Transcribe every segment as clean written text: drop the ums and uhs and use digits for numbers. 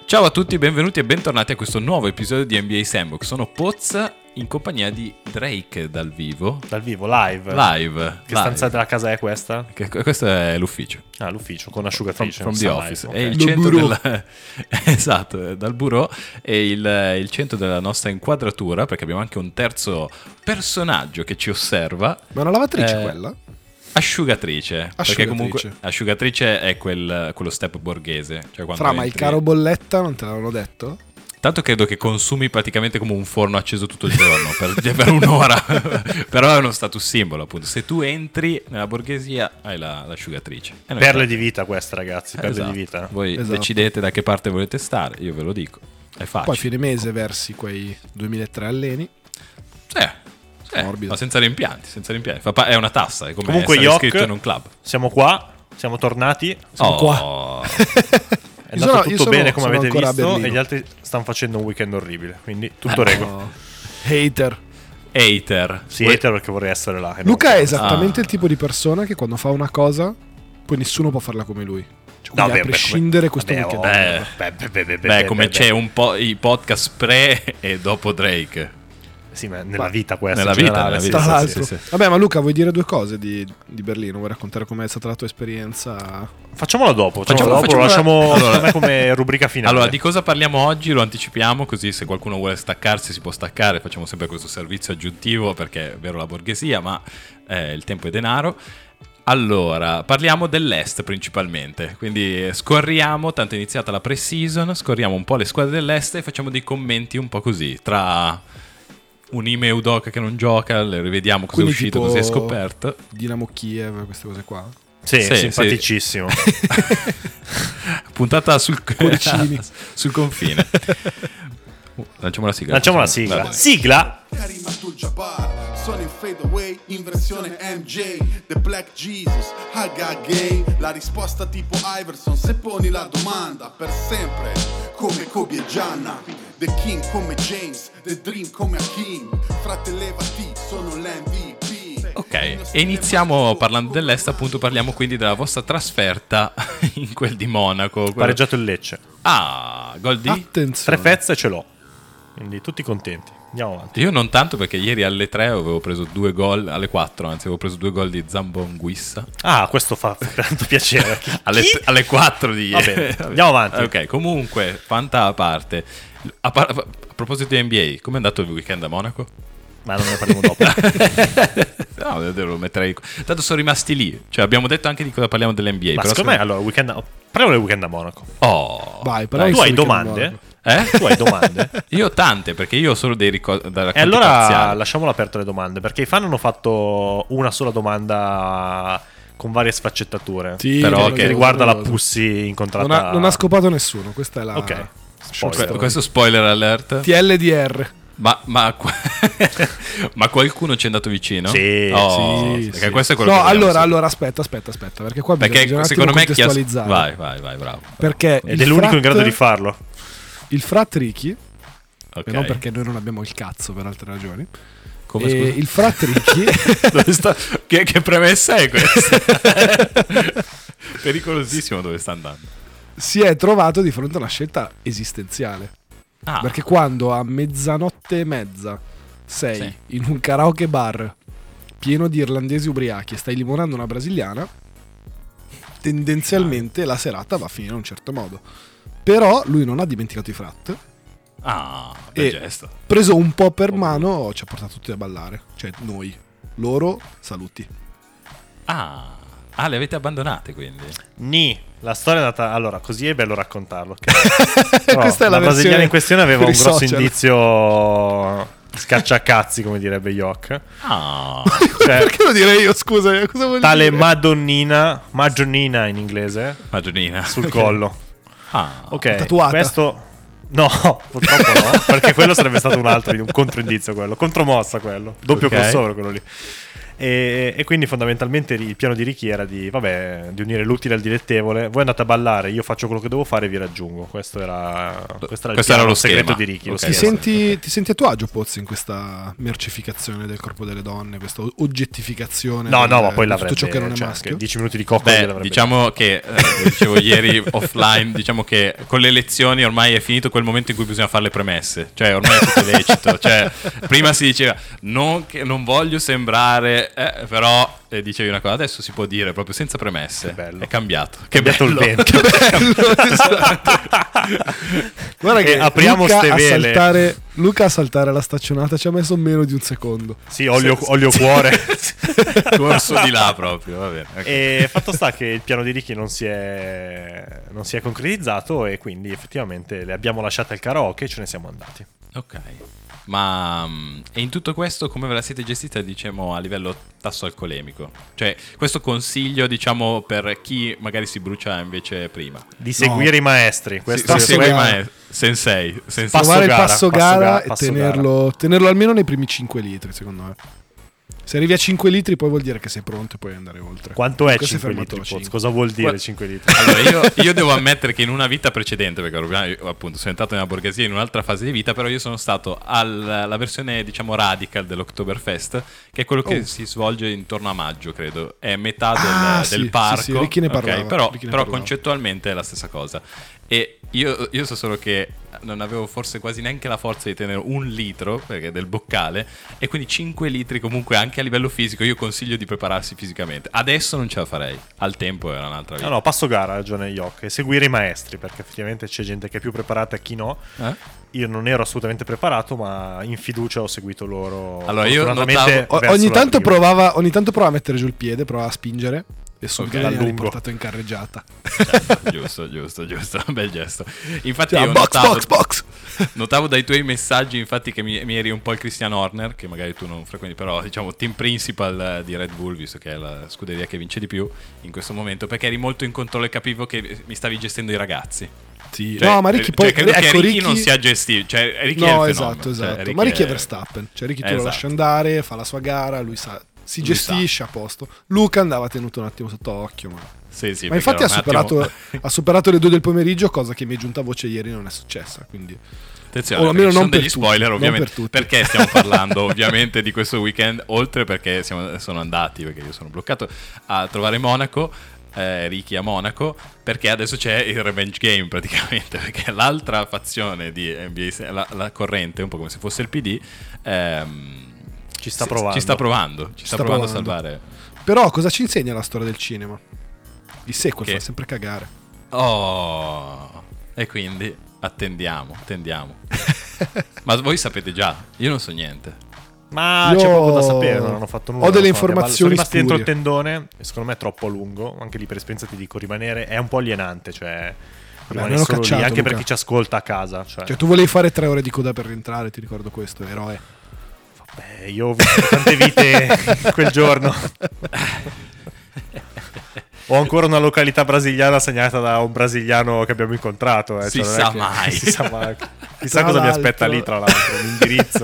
Ciao a tutti, benvenuti e bentornati a questo nuovo episodio di NBA Sandbox. Sono Poz in compagnia di Drake dal vivo. Dal vivo, live. Live. Stanza della casa è questa? Questo è l'ufficio. Ah, l'ufficio con asciugatrice. From the office. Okay. È il centro del... Esatto, dal bureau. È il centro della nostra inquadratura, perché abbiamo anche un terzo personaggio che ci osserva. Ma è una lavatrice quella? Asciugatrice. Perché comunque asciugatrice è quello step borghese. Cioè quando ma il caro bolletta non te l'avevano detto? Tanto credo che consumi praticamente come un forno acceso tutto il giorno per un'ora. Però è uno status simbolo, appunto. Se tu entri nella borghesia hai l'asciugatrice. Perle di vita queste, ragazzi, perle di vita. Voi decidete da che parte volete stare, io ve lo dico. È facile. Poi a fine mese versi quei 2003 alleni. Ma senza rimpianti. È una tassa, è come comunque essere iscritto in un club. Siamo qua, siamo tornati. Siamo qua. È andato tutto bene come avete visto e gli altri stanno facendo un weekend orribile, quindi tutto regola. Hater. Sì, hater perché vorrei essere là. Luca è esattamente il tipo di persona che quando fa una cosa poi nessuno può farla come lui. Cioè, a prescindere questo weekend. Come c'è un po' i podcast pre e dopo Drake. Sì, ma nella vita questa. Nella vita, tra l'altro. Sì. Vabbè, ma Luca, vuoi dire due cose di Berlino? Vuoi raccontare com'è stata la tua esperienza? Facciamolo dopo. Lo lasciamo come rubrica finale. Allora, di cosa parliamo oggi? Lo anticipiamo, così se qualcuno vuole staccarsi si può staccare. Facciamo sempre questo servizio aggiuntivo perché è vero la borghesia, ma il tempo è denaro. Allora, parliamo dell'Est principalmente, quindi scorriamo, tanto è iniziata la pre-season, scorriamo un po' le squadre dell'Est e facciamo dei commenti un po' così, tra un Ime Udoka che non gioca, le rivediamo cosa quindi è uscito, cosa è scoperto. Dinamo Kiev, queste cose qua. Sì, simpaticissimo. Puntata sul confine. Lanciamo la sigla. Sigla! Karim Abdul-Jabbar, sono in fade away in versione MJ, The Black Jesus, Haga Gay, la risposta tipo Iverson se poni la domanda, per sempre come Kobe e Gianna, The King come James, The Dream come Hakim, fratellevati, sono l'MVP. Ok, e iniziamo parlando dell'Est, appunto parliamo quindi della vostra trasferta in quel di Monaco. Pareggiato il Lecce. Gol di? Attenzione. 3 fezze ce l'ho. Quindi tutti contenti. Andiamo avanti. Io non tanto perché ieri alle 3 avevo preso 2 gol, alle 4 anzi avevo preso 2 gol di Zambonguissa. Questo fa tanto piacere. alle 4 di ieri. Andiamo avanti. Ok, comunque, fanta a parte. A proposito di NBA, com'è andato il weekend a Monaco? Ma non ne parliamo dopo. No, devo mettere. Tanto sono rimasti lì. Cioè, abbiamo detto anche di cosa parliamo dell'NBA. Ma però secondo me, allora, parliamo del weekend a Monaco. Vai, tu hai domande? Tu hai domande? Io ho tante, perché io ho solo dei ricordi da racconti allora parziali. lasciamolo aperto le domande, perché i fan hanno fatto una sola domanda con varie sfaccettature. Sì, però che riguarda la Pussy incontrata. Non ha scopato nessuno, questa è la... Ok. Questo spoiler alert. TLDR. Ma qualcuno ci è andato vicino? Sì, perché sì. questo è quello no, che allora aspetta, perché qua bisogna secondo me contestualizzare. Vai, bravo. Perché ed è l'unico in grado di farlo. Il frat Ricky, okay. E non perché noi non abbiamo il cazzo per altre ragioni. Come scusa? Il frat Ricky dove sta? Che premessa è questa? Pericolosissimo dove sta andando. Si è trovato di fronte a una scelta esistenziale. Perché quando a mezzanotte e mezza sei in un karaoke bar pieno di irlandesi ubriachi e stai limonando una brasiliana, tendenzialmente la serata va a finire in un certo modo. Però lui non ha dimenticato i frat. Bel gesto. Preso un po' per mano ci ha portato tutti a ballare. Cioè noi, loro, saluti. Le avete abbandonate quindi? La storia è andata. Allora, così è bello raccontarlo. Questa è la brasiliana in questione aveva un grosso social. Indizio scacciacazzi, come direbbe Yok. Cioè, perché lo direi io? Scusa, cosa vuol tale dire? Madonnina in inglese. Madonnina sul collo. Ok, tatuata. Questo. No, purtroppo no, perché quello sarebbe stato un controindizio, quello contromossa, quello doppio crossover quello lì. E quindi fondamentalmente il piano di Ricky era di unire l'utile al dilettevole. Voi andate a ballare, io faccio quello che devo fare e vi raggiungo. Questo era lo segreto di Ricky. Okay. Ti senti a tuo agio, Pozzi, in questa mercificazione del corpo delle donne, questa oggettificazione? No, ma poi tutto ciò che non è maschio. 10 minuti di cocktail. Diciamo che dicevo ieri offline, diciamo che con le elezioni ormai è finito quel momento in cui bisogna fare le premesse. Cioè ormai è tutto lecito. Cioè, prima si diceva non voglio sembrare, però dicevi una cosa, adesso si può dire proprio senza premesse. È cambiato. Che bello il vento. Che bello. Esatto. Guarda che apriamo Luca a saltare la staccionata ci ha messo meno di un secondo. Sì, olio cuore. Corso di là proprio, va bene. Okay. E fatto sta che il piano di Ricky non si è concretizzato e quindi effettivamente le abbiamo lasciate al karaoke e ce ne siamo andati. Ok. Ma e in tutto questo come ve la siete gestita, diciamo, a livello tasso alcolemico? Cioè, questo consiglio, diciamo, per chi magari si brucia invece prima. Di seguire i maestri. Seguire i maestri. Sensei. Provare il passo gara e tenerlo almeno nei primi 5 litri, secondo me. Se arrivi a 5 litri poi vuol dire che sei pronto e puoi andare oltre. Quanto è 5 litri? 5. Cosa vuol dire 5 litri? Allora io devo ammettere che in una vita precedente, perché appunto sono entrato nella borghesia in un'altra fase di vita, però io sono stato alla versione, diciamo, radical dell'Oktoberfest, che è quello che si svolge intorno a maggio, credo. È metà del parco. Sì, Ricky ne parlava. Okay, però concettualmente è la stessa cosa. E io so solo che non avevo forse quasi neanche la forza di tenere 1 litro, perché del boccale, e quindi 5 litri comunque anche a livello fisico. Io consiglio di prepararsi fisicamente. Adesso non ce la farei, al tempo era un'altra vita. No, passo gara, ha ragione Yok, e seguire i maestri, perché effettivamente c'è gente che è più preparata e chi no. Io non ero assolutamente preparato, ma in fiducia ho seguito loro. Allora io ogni tanto provava a mettere giù il piede, provava a spingere e subito l'ha riportato in carreggiata. Giusto, bel gesto. Infatti io notavo dai tuoi messaggi, infatti, che mi eri un po' il Christian Horner, che magari tu non frequenti, però diciamo team principal di Red Bull, visto che è la scuderia che vince di più in questo momento, perché eri molto in controllo e capivo che mi stavi gestendo i ragazzi. Sì. Cioè, no, ma Ricky poi credo che Ricky non sia gestito, cioè Ricky è il fenomeno. Esatto. Cioè, ma Ricky è Verstappen, cioè Ricky tu lo lasci andare, fa la sua gara, lui si gestisce a posto. Luca andava tenuto un attimo sotto occhio, ma infatti ha superato le 2 del pomeriggio, cosa che mi è giunta a voce ieri non è successa, quindi attenzione, almeno non degli spoiler ovviamente, perché stiamo parlando ovviamente di questo weekend, oltre perché sono andati, perché io sono bloccato a trovare Monaco, Ricky a Monaco, perché adesso c'è il revenge game praticamente, perché l'altra fazione di NBA, la corrente, un po' come se fosse il PD, ci sta provando a salvare. Però cosa ci insegna la storia del cinema? Il sequel fa sempre cagare. E quindi attendiamo. Ma voi sapete già, io non so niente. Ma c'è poco da sapere, non hanno fatto nulla. Ho delle informazioni. Sono rimasti dentro il tendone e secondo me è troppo lungo. Anche lì per esperienza ti dico, rimanere è un po' alienante, cioè rimane solo lì, anche Luca, per chi ci ascolta a casa. Cioè tu volevi fare 3 ore di coda per rientrare, ti ricordo questo, eroe. Vabbè, io ho visto tante vite quel giorno. Ho ancora una località brasiliana segnata da un brasiliano che abbiamo incontrato. Si sa mai. Chissà cosa mi aspetta lì, tra l'altro, l'indirizzo.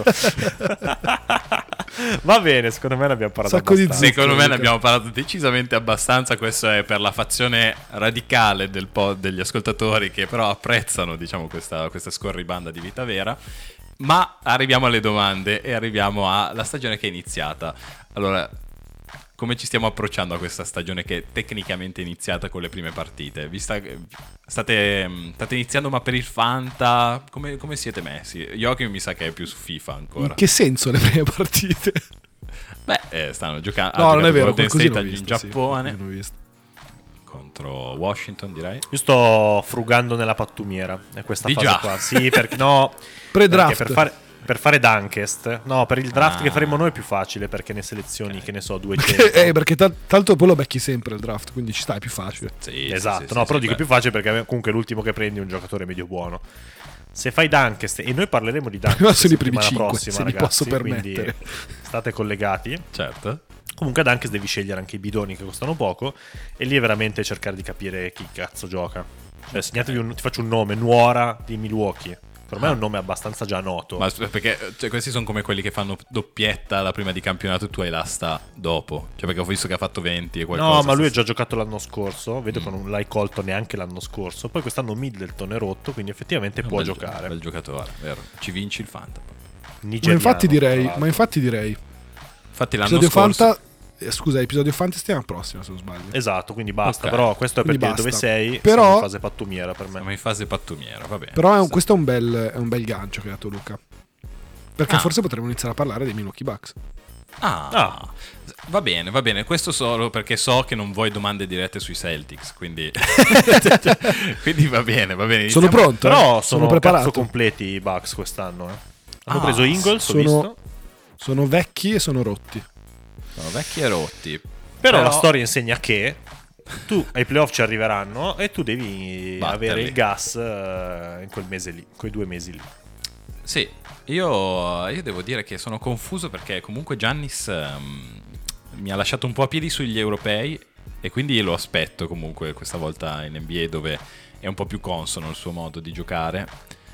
Va bene, secondo me ne abbiamo parlato abbastanza. Secondo me ne abbiamo parlato decisamente abbastanza. Questo è per la fazione radicale degli ascoltatori, che però apprezzano, diciamo, questa scorribanda di vita vera. Ma arriviamo alle domande e arriviamo alla stagione che è iniziata. Allora, come ci stiamo approcciando a questa stagione che è tecnicamente iniziata con le prime partite? State iniziando, ma per il Fanta come siete messi? Joachim mi sa che è più su FIFA ancora. In che senso le prime partite? Beh, stanno giocando. No, non è vero, Golden State in Giappone contro Washington, direi. Io sto frugando nella pattumiera è questa fase già. Qua. Sì, perché no, pre-draft. Per fare Dunkest, no, per il draft che faremo noi è più facile, perché ne selezioni, che ne so, 200. Perché tanto poi lo becchi sempre il draft, quindi ci sta, è più facile. Sì, esatto, però dico più facile perché comunque l'ultimo che prendi è un giocatore medio buono. Se fai Dunkest, e noi parleremo di Dunkest la settimana prossima, se ragazzi, li posso permettere. State collegati. Certo. Comunque a Dunkest devi scegliere anche i bidoni che costano poco, e lì è veramente cercare di capire chi cazzo gioca. Cioè, segnatevi ti faccio un nome, Nuora di Milwaukee. Per me è un nome abbastanza già noto. Ma perché questi sono come quelli che fanno doppietta la prima di campionato e tu hai l'asta dopo. Cioè, perché ho visto che ha fatto 20 e qualcosa. No, ma lui ha già giocato l'anno scorso. Vedo che non l'hai colto neanche l'anno scorso. Poi quest'anno Middleton è rotto, quindi effettivamente può giocare. Bel giocatore, vero. Ci vinci il Fanta. Ma infatti direi. Infatti l'anno scorso... Scusa, episodio Fanta settimana prossima, se non sbaglio. Esatto, quindi basta. Okay. Però questo è per dire dove sei. Però siamo in fase pattumiera per me. Siamo in fase pattumiera, va bene. Però questo è un bel gancio che ha dato Luca. Perché forse potremmo iniziare a parlare dei Milwaukee Bucks. Va bene. Questo solo perché so che non vuoi domande dirette sui Celtics, quindi quindi va bene. Sono pronto. Però sono preparato. Cazzo completi i Bucks quest'anno. Hanno preso Ingles, ho visto. Sono vecchi e sono rotti. Sono vecchi e rotti. Però la storia insegna che tu ai playoff ci arriveranno e tu devi avere il gas in quel mese lì, quei 2 mesi lì. Sì, io devo dire che sono confuso perché comunque Giannis mi ha lasciato un po' a piedi sugli europei e quindi lo aspetto comunque questa volta in NBA, dove è un po' più consono il suo modo di giocare.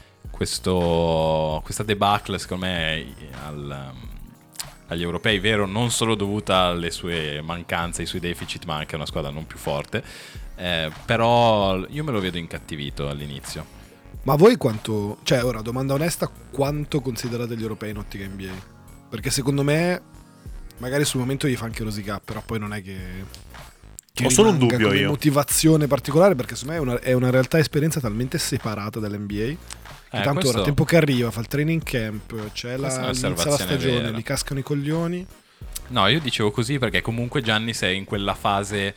Questa debacle secondo me agli europei, vero, non solo dovuta alle sue mancanze, ai suoi deficit, ma anche a una squadra non più forte, però io me lo vedo incattivito all'inizio. Ma voi quanto, cioè ora domanda onesta, quanto considerate gli europei in ottica NBA? Perché secondo me magari sul momento gli fa anche rosicare, però poi non è che ho solo un dubbio io, motivazione particolare, perché secondo me è una realtà esperienza talmente separata dall'NBA che tanto ora, tempo che arriva, fa il training camp, c'è inizia la stagione, vera. Gli cascano i coglioni. No, io dicevo così perché comunque Giannis è in quella fase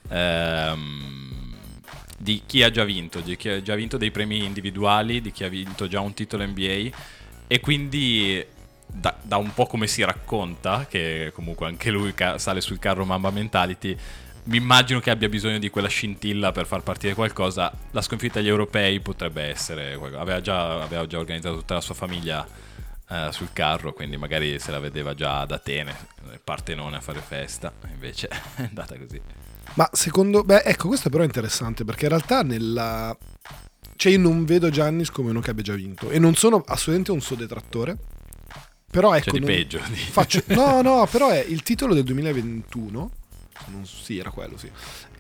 di chi ha già vinto, dei premi individuali, di chi ha vinto già un titolo NBA, e quindi da un po' come si racconta, che comunque anche lui sale sul carro Mamba Mentality, mi immagino che abbia bisogno di quella scintilla per far partire qualcosa. La sconfitta agli europei potrebbe essere aveva già organizzato tutta la sua famiglia sul carro, quindi magari se la vedeva già ad Atene, Partenone, a fare festa, invece è andata così. Ma secondo ecco, questo però è interessante, perché in realtà cioè io non vedo Giannis come uno che abbia già vinto, e non sono assolutamente un suo detrattore, però ecco, c'è di peggio. No, però è il titolo del 2021. Sì, era quello, sì.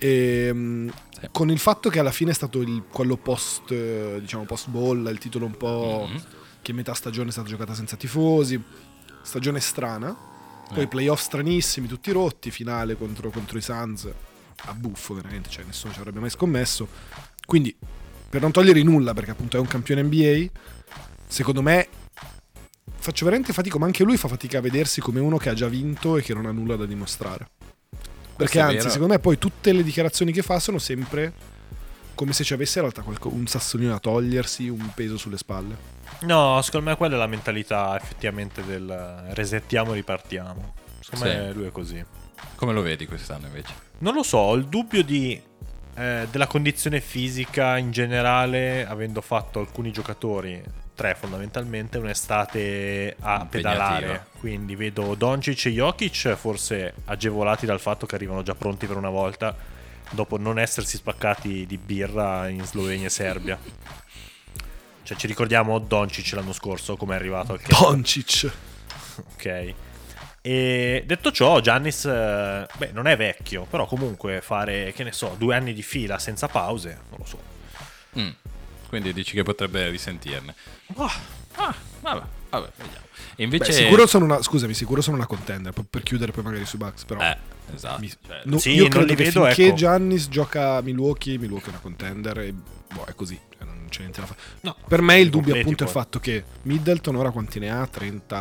Con il fatto che alla fine è stato quello post ball, il titolo un po' che metà stagione è stata giocata senza tifosi, stagione strana, poi playoff stranissimi, tutti rotti, finale contro i Suns a buffo veramente, cioè nessuno ci avrebbe mai scommesso. Quindi, per non togliere nulla, perché appunto è un campione NBA, secondo me faccio veramente fatica, ma anche lui fa fatica a vedersi come uno che ha già vinto e che non ha nulla da dimostrare. Perché anzi, secondo me poi tutte le dichiarazioni che fa sono sempre come se ci avesse in realtà un sassolino da togliersi, un peso sulle spalle. No, secondo me quella è la mentalità effettivamente del resettiamo e ripartiamo. Secondo me lui è così. Come lo vedi quest'anno invece? Non lo so, ho il dubbio della condizione fisica in generale, avendo fatto alcuni giocatori, 3 fondamentalmente, un'estate a pedalare. Quindi vedo Doncic e Jokic forse agevolati dal fatto che arrivano già pronti per una volta, dopo non essersi spaccati di birra in Slovenia e Serbia. Cioè ci ricordiamo Doncic l'anno scorso come è arrivato al camp. Doncic. Ok. E detto ciò, Giannis non è vecchio, però comunque fare, che ne so, 2 anni di fila senza pause, non lo so. Quindi dici che potrebbe risentirne. Vabbè, vediamo. E invece sicuro sono una contender, per chiudere poi magari sui Bucks, però esatto. Io credo che finché Giannis gioca a Milwaukee è una contender e è così, non c'è niente da fare. No, per me il dubbio appunto è il fatto che Middleton ora quanti ne ha?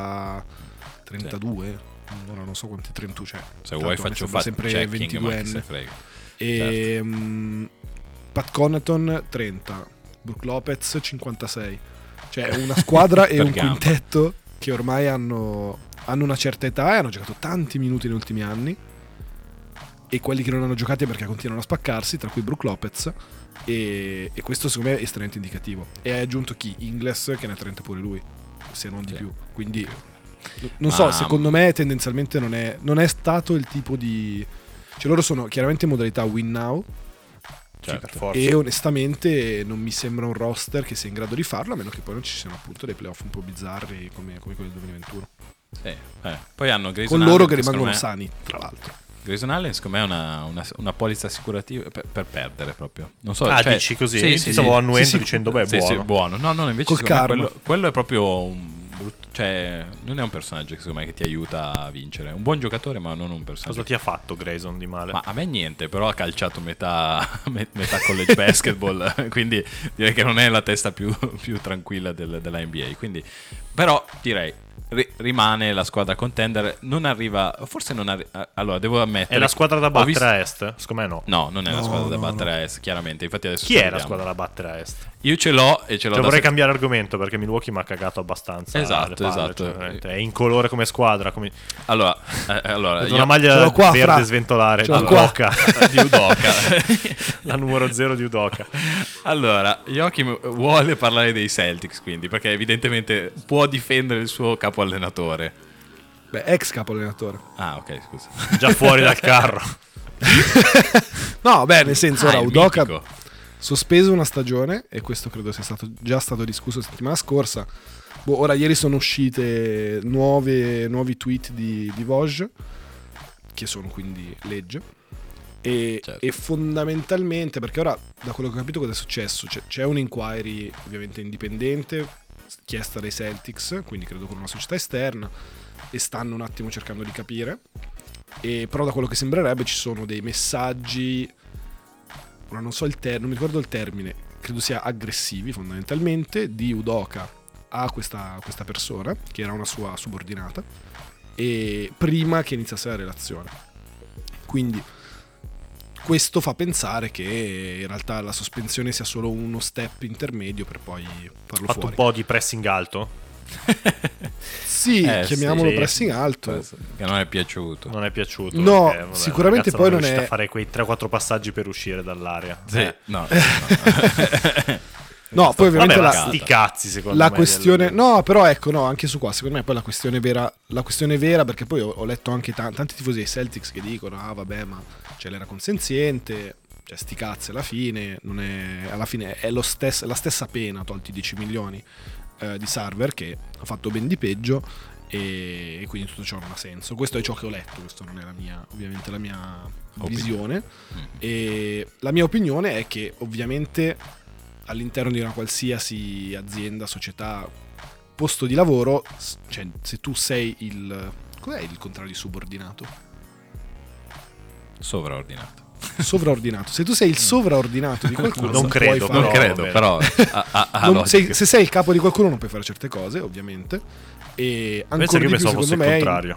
32? Ora non so quanti 31, cioè se vuoi faccio sempre 22 anni. E Pat Connaughton 30, Brook Lopez 56. Cioè è una squadra e un quintetto che ormai hanno una certa età e hanno giocato tanti minuti negli ultimi anni, e quelli che non hanno giocati è perché continuano a spaccarsi, tra cui Brook Lopez, e questo secondo me è estremamente indicativo. E hai aggiunto Ingles che ne ha 30 pure lui, se non di più, quindi non so, secondo me tendenzialmente non è stato il tipo di, cioè loro sono chiaramente in modalità win now, Sì, per forza. E onestamente non mi sembra un roster che sia in grado di farlo, a meno che poi non ci siano appunto dei playoff un po' bizzarri come quelli del 2021. Sì. Poi hanno Grayson con Allen, loro che rimangono sani, tra l'altro. Grayson Allen secondo me è una polizza assicurativa per perdere proprio. Non so, dici così? Stavo annuendo dicendo beh, buono. Sì, buono. No, invece quello è proprio un brutto, cioè non è un personaggio secondo me che ti aiuta a vincere. È un buon giocatore, ma non un personaggio. Cosa ti ha fatto Grayson di male? Ma a me niente, però ha calciato metà college basketball, quindi direi che non è la testa più tranquilla della NBA. Quindi, però direi rimane la squadra contender. Non arriva, forse non arriva. Allora, devo ammettere, è la squadra da battere a est? Secondo me no. No, non è la squadra da battere a est, chiaramente. Infatti adesso chi è la squadra da battere a est? Io ce l'ho e ce l'ho. Vorrei cambiare argomento perché Milwaukee mi ha cagato abbastanza. Esatto. Cioè, è incolore come squadra. Allora una maglia verde sventolare di Udoka. Di Udoka. La numero 0 di Udoka. Allora, Joachim vuole parlare dei Celtics, quindi, perché evidentemente può difendere il suo capo allenatore. Beh, ex capo allenatore. Ah, ok, scusa. Già fuori dal carro. No, beh, nel senso, ora Udoka mitico. Sospeso una stagione, e questo credo sia già stato discusso la settimana scorsa. Ora ieri sono uscite nuovi tweet di Woj, che sono quindi legge. E fondamentalmente, perché ora da quello che ho capito cosa è successo, c'è un inquiry ovviamente indipendente chiesta dai Celtics, quindi credo con una società esterna, e stanno un attimo cercando di capire. Però da quello che sembrerebbe ci sono dei messaggi, ora non so non mi ricordo il termine, credo sia aggressivi fondamentalmente, di Udoka a questa persona che era una sua subordinata, e prima che iniziasse la relazione. Quindi questo fa pensare che in realtà la sospensione sia solo uno step intermedio per poi farlo fatto fuori. Un po' di pressing alto. Sì, chiamiamolo pressing alto. Che non è piaciuto. Non è piaciuto. No, perché, vabbè, sicuramente poi non è a fare quei 3-4 passaggi per uscire dall'area. Sì, no. No, poi ovviamente sti cazzi secondo la me questione no, però ecco, no, anche su qua secondo me poi la questione vera, perché poi ho letto anche tanti tifosi dei Celtics che dicono vabbè, ma l'era consenziente, cioè sti cazzi alla fine è la stessa pena, tolti 10 milioni di Sarver, che ha fatto ben di peggio, e quindi tutto ciò non ha senso. Questo è ciò che ho letto, questo non è ovviamente la mia visione. E la mia opinione è che ovviamente all'interno di una qualsiasi azienda, società, posto di lavoro, cioè se tu sei qual è il contrario di subordinato? Sovraordinato. Se tu sei il sovraordinato di qualcuno, non credo, però se sei il capo di qualcuno non puoi fare certe cose, ovviamente. E ancora di più, secondo me, il contrario.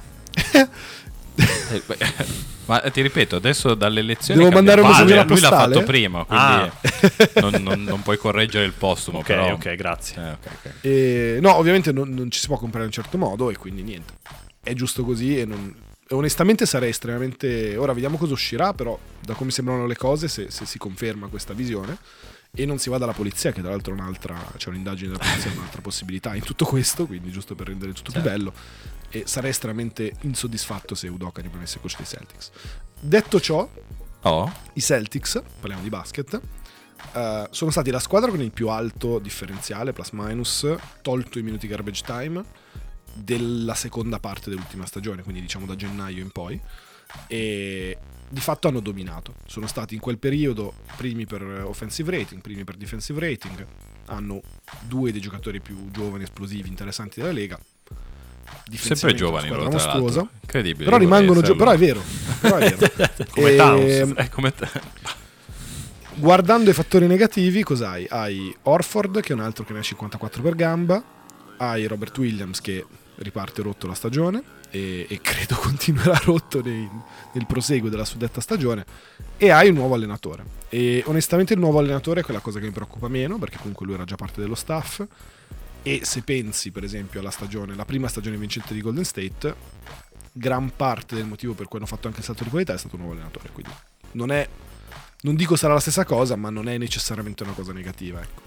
Ma ti ripeto, adesso dalle elezioni devo mandare un messaggio lui l'ha fatto prima, quindi non puoi correggere il postumo. Ok, grazie. Okay. No, ovviamente non ci si può comprare in un certo modo, e quindi niente, è giusto così. E onestamente sarei estremamente, ora vediamo cosa uscirà, però da come sembrano le cose, se si conferma questa visione e non si va dalla polizia, che tra l'altro c'è un'indagine della polizia, un'altra possibilità in tutto questo, quindi giusto per rendere tutto più bello, e sarei estremamente insoddisfatto se Udoka rimanesse coach dei Celtics. Detto ciò, i Celtics, parliamo di basket, sono stati la squadra con il più alto differenziale plus minus, tolto i minuti garbage time, della seconda parte dell'ultima stagione, quindi diciamo da gennaio in poi, e di fatto hanno dominato. Sono stati in quel periodo primi per offensive rating, primi per defensive rating, hanno due dei giocatori più giovani, esplosivi, interessanti della Lega. Sempre giovani, loro, tra l'altro. Incredibile. Però rimangono però è vero. Come Towns. Guardando i fattori negativi, cos'hai? Hai Horford, che è un altro che ne ha 54 per gamba, hai Robert Williams che riparte rotto la stagione e credo continuerà rotto nel proseguo della suddetta stagione, e hai un nuovo allenatore, e onestamente il nuovo allenatore è quella cosa che mi preoccupa meno, perché comunque lui era già parte dello staff, e se pensi per esempio la prima stagione vincente di Golden State, gran parte del motivo per cui hanno fatto anche il salto di qualità è stato un nuovo allenatore, quindi non dico sarà la stessa cosa, ma non è necessariamente una cosa negativa, ecco.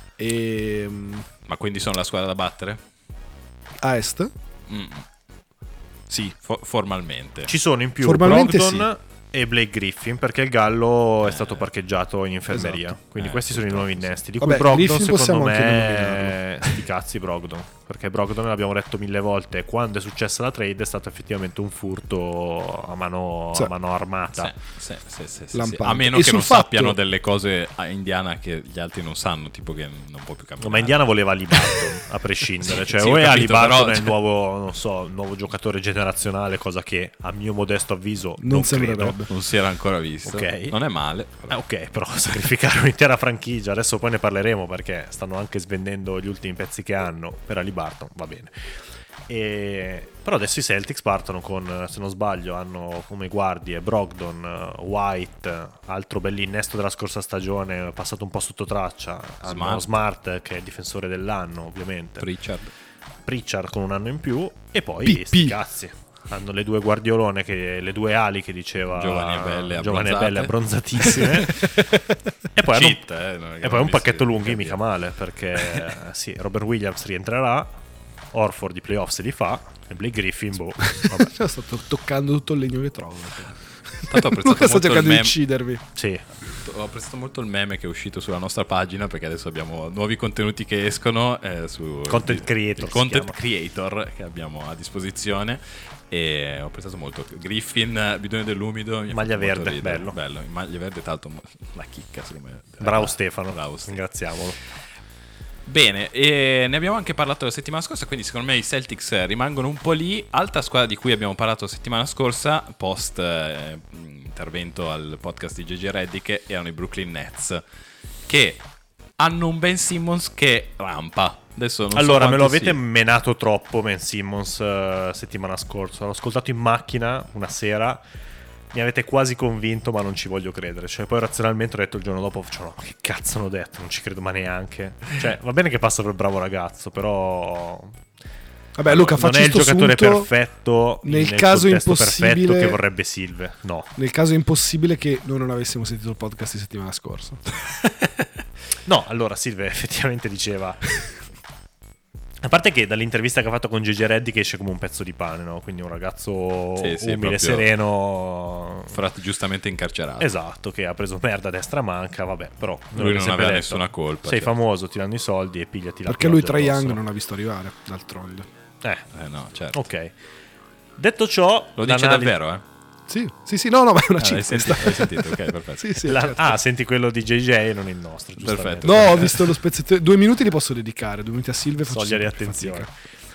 Ma quindi sono la squadra da battere? A est? Sì, formalmente. Ci sono in più formalmente Brogdon, e Blake Griffin, perché il Gallo è stato parcheggiato in infermeria. Esatto. Quindi questi sono i nuovi innesti. Di Vabbè, cui Brogdon, Griffin secondo possiamo me, sti cazzi Brogdon. Perché Brogdon, l'abbiamo detto 1000 volte, quando è successa la trade è stato effettivamente un furto a mano armata. Sì. Lampante. A meno E che sul non fatto- sappiano delle cose a Indiana che gli altri non sanno, tipo che non può più cambiare. Ma Indiana voleva Haliburton a prescindere, cioè Sì, o ho è capito, Haliburton però, è il nuovo, non so, il nuovo giocatore generazionale, cosa che a mio modesto avviso Non credo. sembrerebbe. Non si era ancora visto. Ok. Non è male. però. Ok, però sacrificare un'intera franchigia, adesso poi ne parleremo perché stanno anche svendendo gli ultimi pezzi che hanno per Haliburton, va bene. Però adesso i Celtics partono con, se non sbaglio, hanno come guardie Brogdon, White, altro bell'innesto della scorsa stagione, passato un po' sotto traccia. Hanno Smart, che è il difensore dell'anno, ovviamente. Pritchard con un anno in più. E poi sti cazzi. Hanno le due guardiolone, le due ali che diceva Giovani e belle, abbronzatissime. e poi Cheat, e poi un pacchetto lunghi mica male, perché sì, Robert Williams rientrerà, Horford i playoff se li fa, e Blake Griffin vabbè. Sto toccando tutto il legno che trovo. Tanto ho apprezzato Sto molto il cercando di meme. uccidervi. Sì. Ho apprezzato molto il meme che è uscito sulla nostra pagina, perché adesso abbiamo nuovi contenuti che escono su Content creator, il content creator che abbiamo a disposizione. E ho apprezzato molto Griffin, bidone dell'umido, maglia verde, bello. in maglia verde, tanto la chicca secondo me. Bravo Stefano, bravo. ringraziamolo. Bene, e ne abbiamo anche parlato la settimana scorsa, quindi secondo me i Celtics rimangono un po' lì. Altra squadra di cui abbiamo parlato la settimana scorsa, post intervento al podcast di JJ Redick, erano i Brooklyn Nets, che hanno un Ben Simmons che rampa. Adesso non allora, so me lo avete sia. menato troppo Ben Simmons settimana scorsa. L'ho ascoltato in macchina una sera, mi avete quasi convinto, ma non ci voglio credere. Cioè, poi razionalmente ho detto il giorno dopo, no, ma che cazzo hanno detto? Non ci credo ma neanche. Cioè, va bene che passa per bravo ragazzo, però Vabbè, Luca, non è il giocatore perfetto nel caso impossibile impossibile che vorrebbe Silve. No. Nel caso impossibile che noi non avessimo sentito il podcast di settimana scorsa. No, allora Silve effettivamente diceva, a parte che dall'intervista che ha fatto con JJ Redick esce come un pezzo di pane, no? Quindi un ragazzo umile, sereno, giustamente incarcerato. Esatto, che ha preso merda a destra manca, vabbè, però lui non aveva nessuna colpa. Sei famoso, ti danno i soldi e pigliati la perché lui pioggia Trae addosso. Young non ha visto arrivare, d'altronde. No, certo. Ok. Detto ciò, lo dice davvero, Sì, no, ma è una hai cifra. sentito, ok, perfetto. Sì, certo. Ah, senti quello di JJ e non il nostro, perfetto. No, ho visto lo spezzetto. 2 minuti li posso dedicare, 2 minuti a Silve. Soglia di attenzione.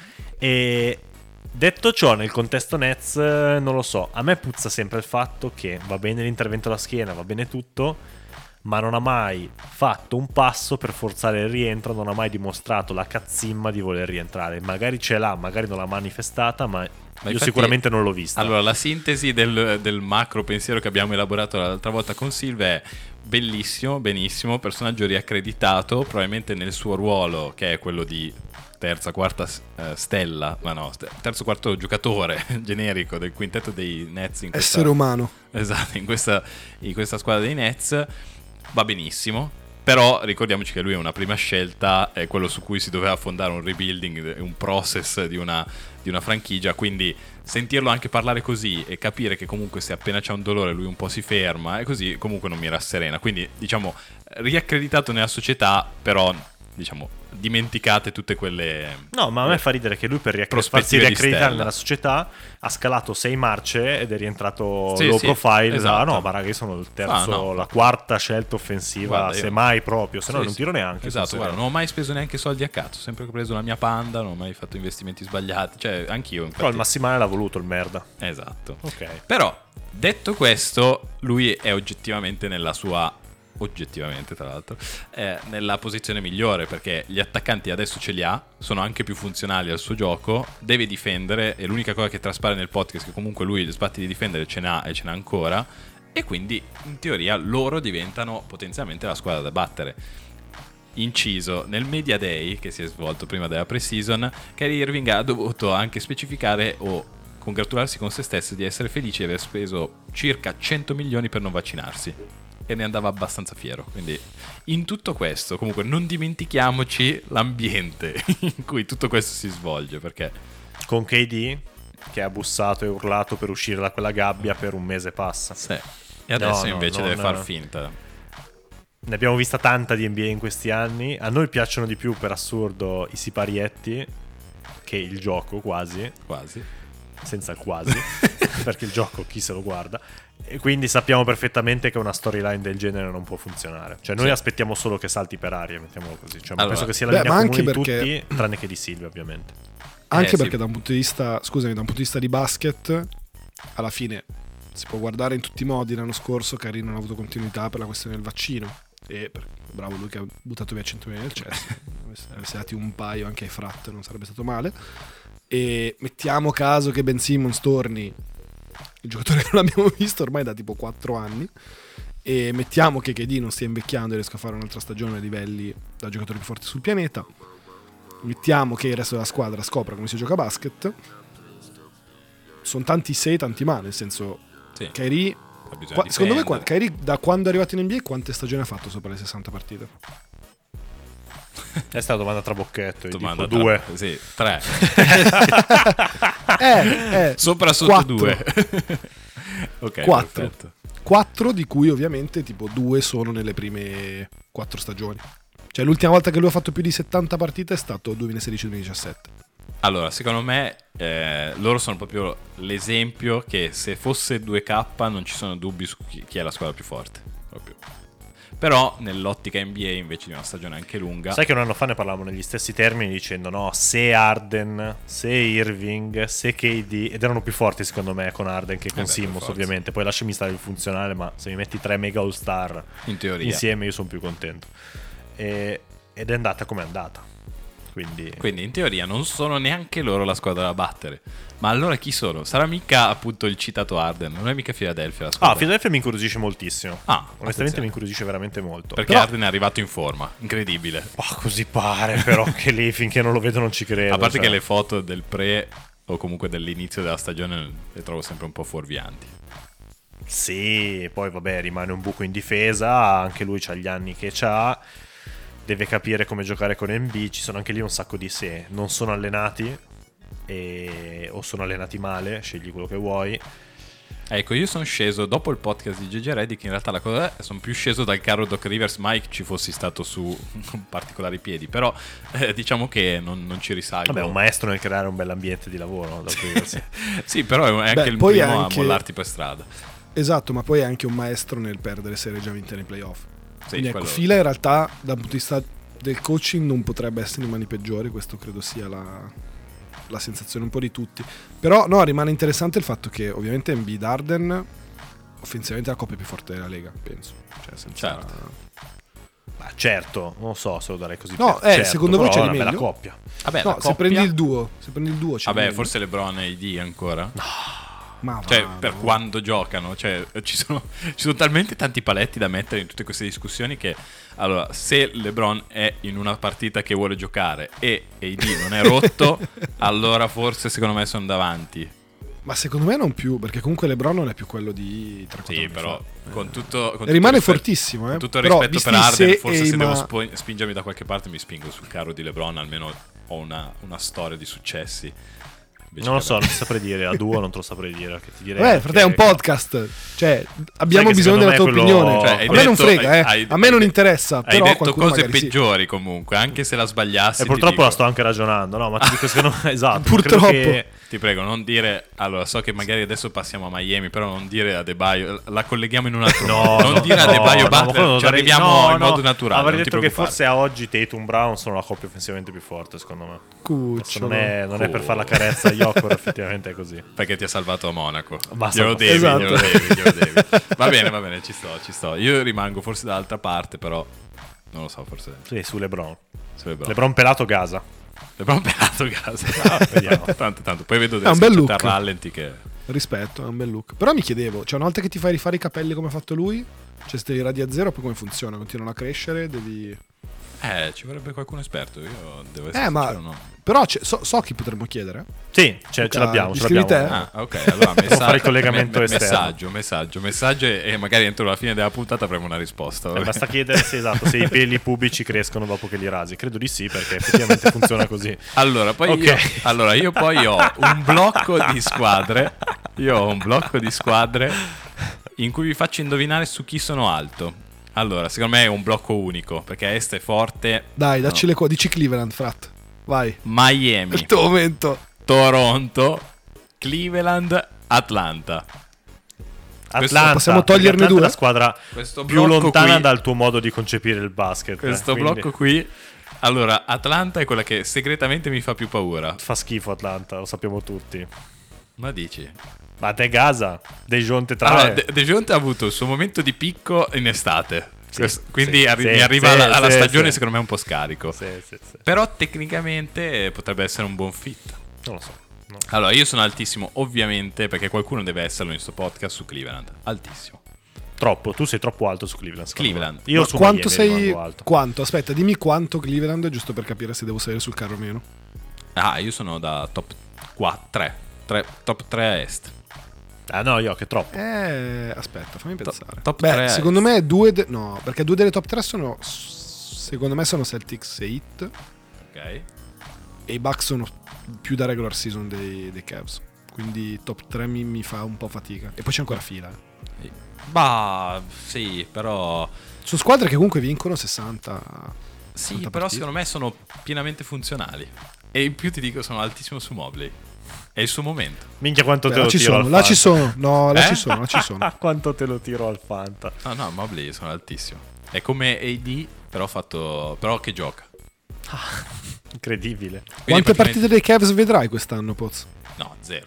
E detto ciò, nel contesto Nets, non lo so, a me puzza sempre il fatto che va bene l'intervento alla schiena, va bene tutto, ma non ha mai fatto un passo per forzare il rientro, non ha mai dimostrato la cazzimma di voler rientrare. Magari ce l'ha, magari non l'ha manifestata, ma io infatti, sicuramente non l'ho vista. Allora, la sintesi del macro pensiero che abbiamo elaborato l'altra volta con Silve è bellissimo, benissimo, personaggio riaccreditato, probabilmente nel suo ruolo, che è quello di terza, quarta stella, ma no, terzo, quarto giocatore generico del quintetto dei Nets in questa, essere umano. Esatto, in questa squadra dei Nets va benissimo. Però ricordiamoci che lui è una prima scelta, è quello su cui si doveva fondare un rebuilding, un process di una franchigia, quindi sentirlo anche parlare così e capire che comunque se appena c'è un dolore lui un po' si ferma e così comunque non mi rasserena. Quindi diciamo riaccreditato nella società, però diciamo dimenticate tutte quelle... No, ma a me fa ridere che lui per farsi riaccreditare nella società ha scalato 6 marce ed è rientrato low profile. Esatto. No, ma raga, io sono il terzo, la quarta scelta offensiva, guarda, se mai proprio, se no non tiro neanche. Esatto, guarda, non ho mai speso neanche soldi a cazzo, sempre che ho preso la mia Panda, non ho mai fatto investimenti sbagliati, cioè anch'io. Infatti... Però il massimale l'ha voluto il merda. Esatto. Ok. Però, detto questo, lui è oggettivamente nella sua... oggettivamente tra l'altro nella posizione migliore, perché gli attaccanti adesso ce li ha, sono anche più funzionali al suo gioco, deve difendere e l'unica cosa che traspare nel podcast è che comunque lui le sbatti di difendere ce n'ha e ce n'ha ancora, e quindi in teoria loro diventano potenzialmente la squadra da battere. Inciso, nel Media Day che si è svolto prima della pre-season, Kyrie Irving ha dovuto anche specificare o congratularsi con se stesso di essere felice di aver speso circa 100 milioni per non vaccinarsi, e ne andava abbastanza fiero. Quindi in tutto questo comunque non dimentichiamoci l'ambiente in cui tutto questo si svolge, perché con KD che ha bussato e urlato per uscire da quella gabbia per un mese passa. Sì. E adesso invece deve far finta. Ne abbiamo vista tanta di NBA in questi anni. A noi piacciono di più, per assurdo, i siparietti che il gioco, quasi. Senza il quasi, perché il gioco chi se lo guarda. E quindi sappiamo perfettamente che una storyline del genere non può funzionare. Cioè noi aspettiamo solo che salti per aria, mettiamolo così. Cioè, penso che sia la linea comune di tutti, tranne che di Silvio, ovviamente. Anche perché da un punto di vista, scusami, da un punto di vista di basket, alla fine si può guardare in tutti i modi. L'anno scorso Kyrie non ha avuto continuità per la questione del vaccino, e bravo lui che ha buttato via 100 milioni nel cesso. Avesse dati un paio anche ai frat non sarebbe stato male. E mettiamo caso che Ben Simmons torni, il giocatore che non abbiamo visto ormai da tipo 4 anni, e mettiamo che KD non stia invecchiando e riesca a fare un'altra stagione a livelli da giocatore più forte sul pianeta, mettiamo che il resto della squadra scopra come si gioca a basket. Sono tanti se e tanti ma, nel senso, Kyrie, secondo me Kyrie da quando è arrivato in NBA quante stagioni ha fatto sopra le 60 partite? È stata domanda trabocchetto, dico 2. Sì, 3. Sopra sotto 4. 2. Ok, 4. 4 di cui ovviamente tipo 2 sono nelle prime 4 stagioni. Cioè l'ultima volta che lui ha fatto più di 70 partite è stato 2016-2017. Allora, secondo me loro sono proprio l'esempio che se fosse 2K non ci sono dubbi su chi è la squadra più forte. Proprio. Però nell'ottica NBA invece di una stagione anche lunga. Sai che un anno fa ne parlavamo negli stessi termini dicendo no, se Harden, se Irving, se KD, ed erano più forti secondo me con Harden che con Simmons ovviamente. Poi lasciami stare il funzionale, ma se mi metti 3 mega all star in teoria insieme io sono più contento. Ed è andata come è andata. Quindi in teoria non sono neanche loro la squadra da battere. Ma allora chi sono? Sarà mica appunto il citato Harden? Non è mica Philadelphia la squadra? Philadelphia mi incuriosisce moltissimo. Onestamente attenzione. Mi incuriosisce veramente molto. Perché Harden è arrivato in forma. Incredibile. Così pare, però che lì finché non lo vedo non ci credo. A parte che le foto del pre o comunque dell'inizio della stagione le trovo sempre un po' fuorvianti. Sì, poi vabbè, rimane un buco in difesa. Anche lui c'ha gli anni che c'ha. Deve capire come giocare con NB. Ci sono anche lì un sacco di se. Non sono allenati o sono allenati male. Scegli quello che vuoi. Ecco, io sono sceso dopo il podcast di GG Reddick. In realtà la cosa è, sono più sceso dal carro Doc Rivers. Mike ci fossi stato su particolari piedi. Però diciamo che non ci risalgo. Vabbè, un maestro nel creare un bell'ambiente di lavoro, Doc Rivers. Sì, però è anche il primo a mollarti per strada. Esatto, ma poi è anche un maestro nel perdere serie già vinte nei playoff. Sì, ecco, Fila in realtà dal punto di vista del coaching non potrebbe essere in mani peggiori, questo credo sia la sensazione un po' di tutti. Però no, rimane interessante il fatto che ovviamente Embiid Harden offensivamente è la coppia più forte della Lega, penso. Cioè, senza... certo, non so se lo darei così. No, secondo voi c'è di meglio? Bella coppia. Vabbè, no, se prendi il duo c'è vabbè, forse LeBron e AD ancora. No. Per quando giocano, cioè ci sono talmente tanti paletti da mettere in tutte queste discussioni che allora, se LeBron è in una partita che vuole giocare e AD non è rotto, allora forse secondo me sono davanti. Ma secondo me non più, perché comunque LeBron non è più quello di 3-4 anni però fa. Con tutto rimane fortissimo, con tutto il rispetto per Harden, forse se devo spingermi da qualche parte mi spingo sul carro di LeBron, almeno ho una storia di successi. Non lo so, non ti saprei dire, a duo non te lo saprei dire. Che ti direi fratello, è un podcast. Cioè, abbiamo bisogno della tua opinione. Cioè, a me non frega, a me non interessa. Hai però detto cose peggiori comunque, anche se la sbagliassi. E purtroppo la sto anche ragionando, no? Ma ti dico secondo me, esatto. Purtroppo. Ti prego, non dire. Allora, so che magari adesso passiamo a Miami, però non dire Adebayo. La colleghiamo in un altro modo. Non dire Adebayo Butler, ci arriviamo in modo naturale. Avrei detto che forse a oggi Tatum Brown sono la coppia offensivamente più forte, secondo me. Cuccio, non è per fare la carezza agli Joker, effettivamente è così. Perché ti ha salvato a Monaco. Glielo devi, esatto. glielo devi. Va bene, ci sto. Io rimango forse dall'altra parte, però non lo so, forse. Sì, su LeBron. LeBron pelato Gaza. Vediamo. Tanto. Poi vedo un bel look. rallenti che... Rispetto, è un bel look. Però mi chiedevo, cioè una volta che ti fai rifare i capelli come ha fatto lui, cioè se te li radi a zero, poi come funziona? Continuano a crescere? Devi... Ci vorrebbe qualcuno esperto. Io devo essere sincero, no. Però so chi potremmo chiedere. Sì, ce l'abbiamo. Te? Ok, allora fare il collegamento esterno. Messaggio e magari entro la fine della puntata avremo una risposta. Basta chiedere se i peli pubici crescono dopo che li rasi. Credo di sì, perché effettivamente funziona così. Allora, poi io poi ho un blocco di squadre. Io ho un blocco di squadre in cui vi faccio indovinare su chi sono alto. Allora, secondo me è un blocco unico, perché Est è forte. Dai, dacci le cose. Dici Cleveland, frat. Vai. Miami. Il tuo momento. Toronto. Cleveland. Atlanta. Possiamo toglierne Atlanta due? È la squadra più lontana qui, dal tuo modo di concepire il basket. Questo blocco qui. Allora, Atlanta è quella che segretamente mi fa più paura. Fa schifo Atlanta, lo sappiamo tutti. Ma dici? Ma te Gaza, Dejounte 3. Allora, Dejounte ha avuto il suo momento di picco in estate. Quindi mi arriva alla stagione secondo me un po' scarico. Però tecnicamente potrebbe essere un buon fit. Non lo so. No. Allora, io sono altissimo, ovviamente, perché qualcuno deve esserlo in questo podcast su Cleveland. Altissimo. Troppo, tu sei troppo alto su Cleveland. Io su quanto sei alto? Quanto? Aspetta, dimmi quanto Cleveland, giusto per capire se devo salire sul carro o meno. Io sono da top 3. Top 3 a est. No, io che troppo. Aspetta, fammi pensare. Top 3 secondo me no, perché 2 delle top 3 sono, secondo me, sono Celtics e Heat. Ok. E i Bucks sono più da regular season dei Cavs. Quindi top 3 mi fa un po' fatica. E poi c'è ancora fila. Bah, sì, però sono squadre che comunque vincono 60. Sì, però partite. secondo me sono pienamente funzionali. E in più ti dico, sono altissimo su Mobley. È il suo momento. Minchia quanto te lo tiro al Fanta. Là ci sono. No, là ci sono. Quanto te lo tiro al Fanta. No, Mobley sono altissimo. È come AD, però che gioca. Incredibile. Quante partite dei Cavs vedrai quest'anno, Poz? No, 0.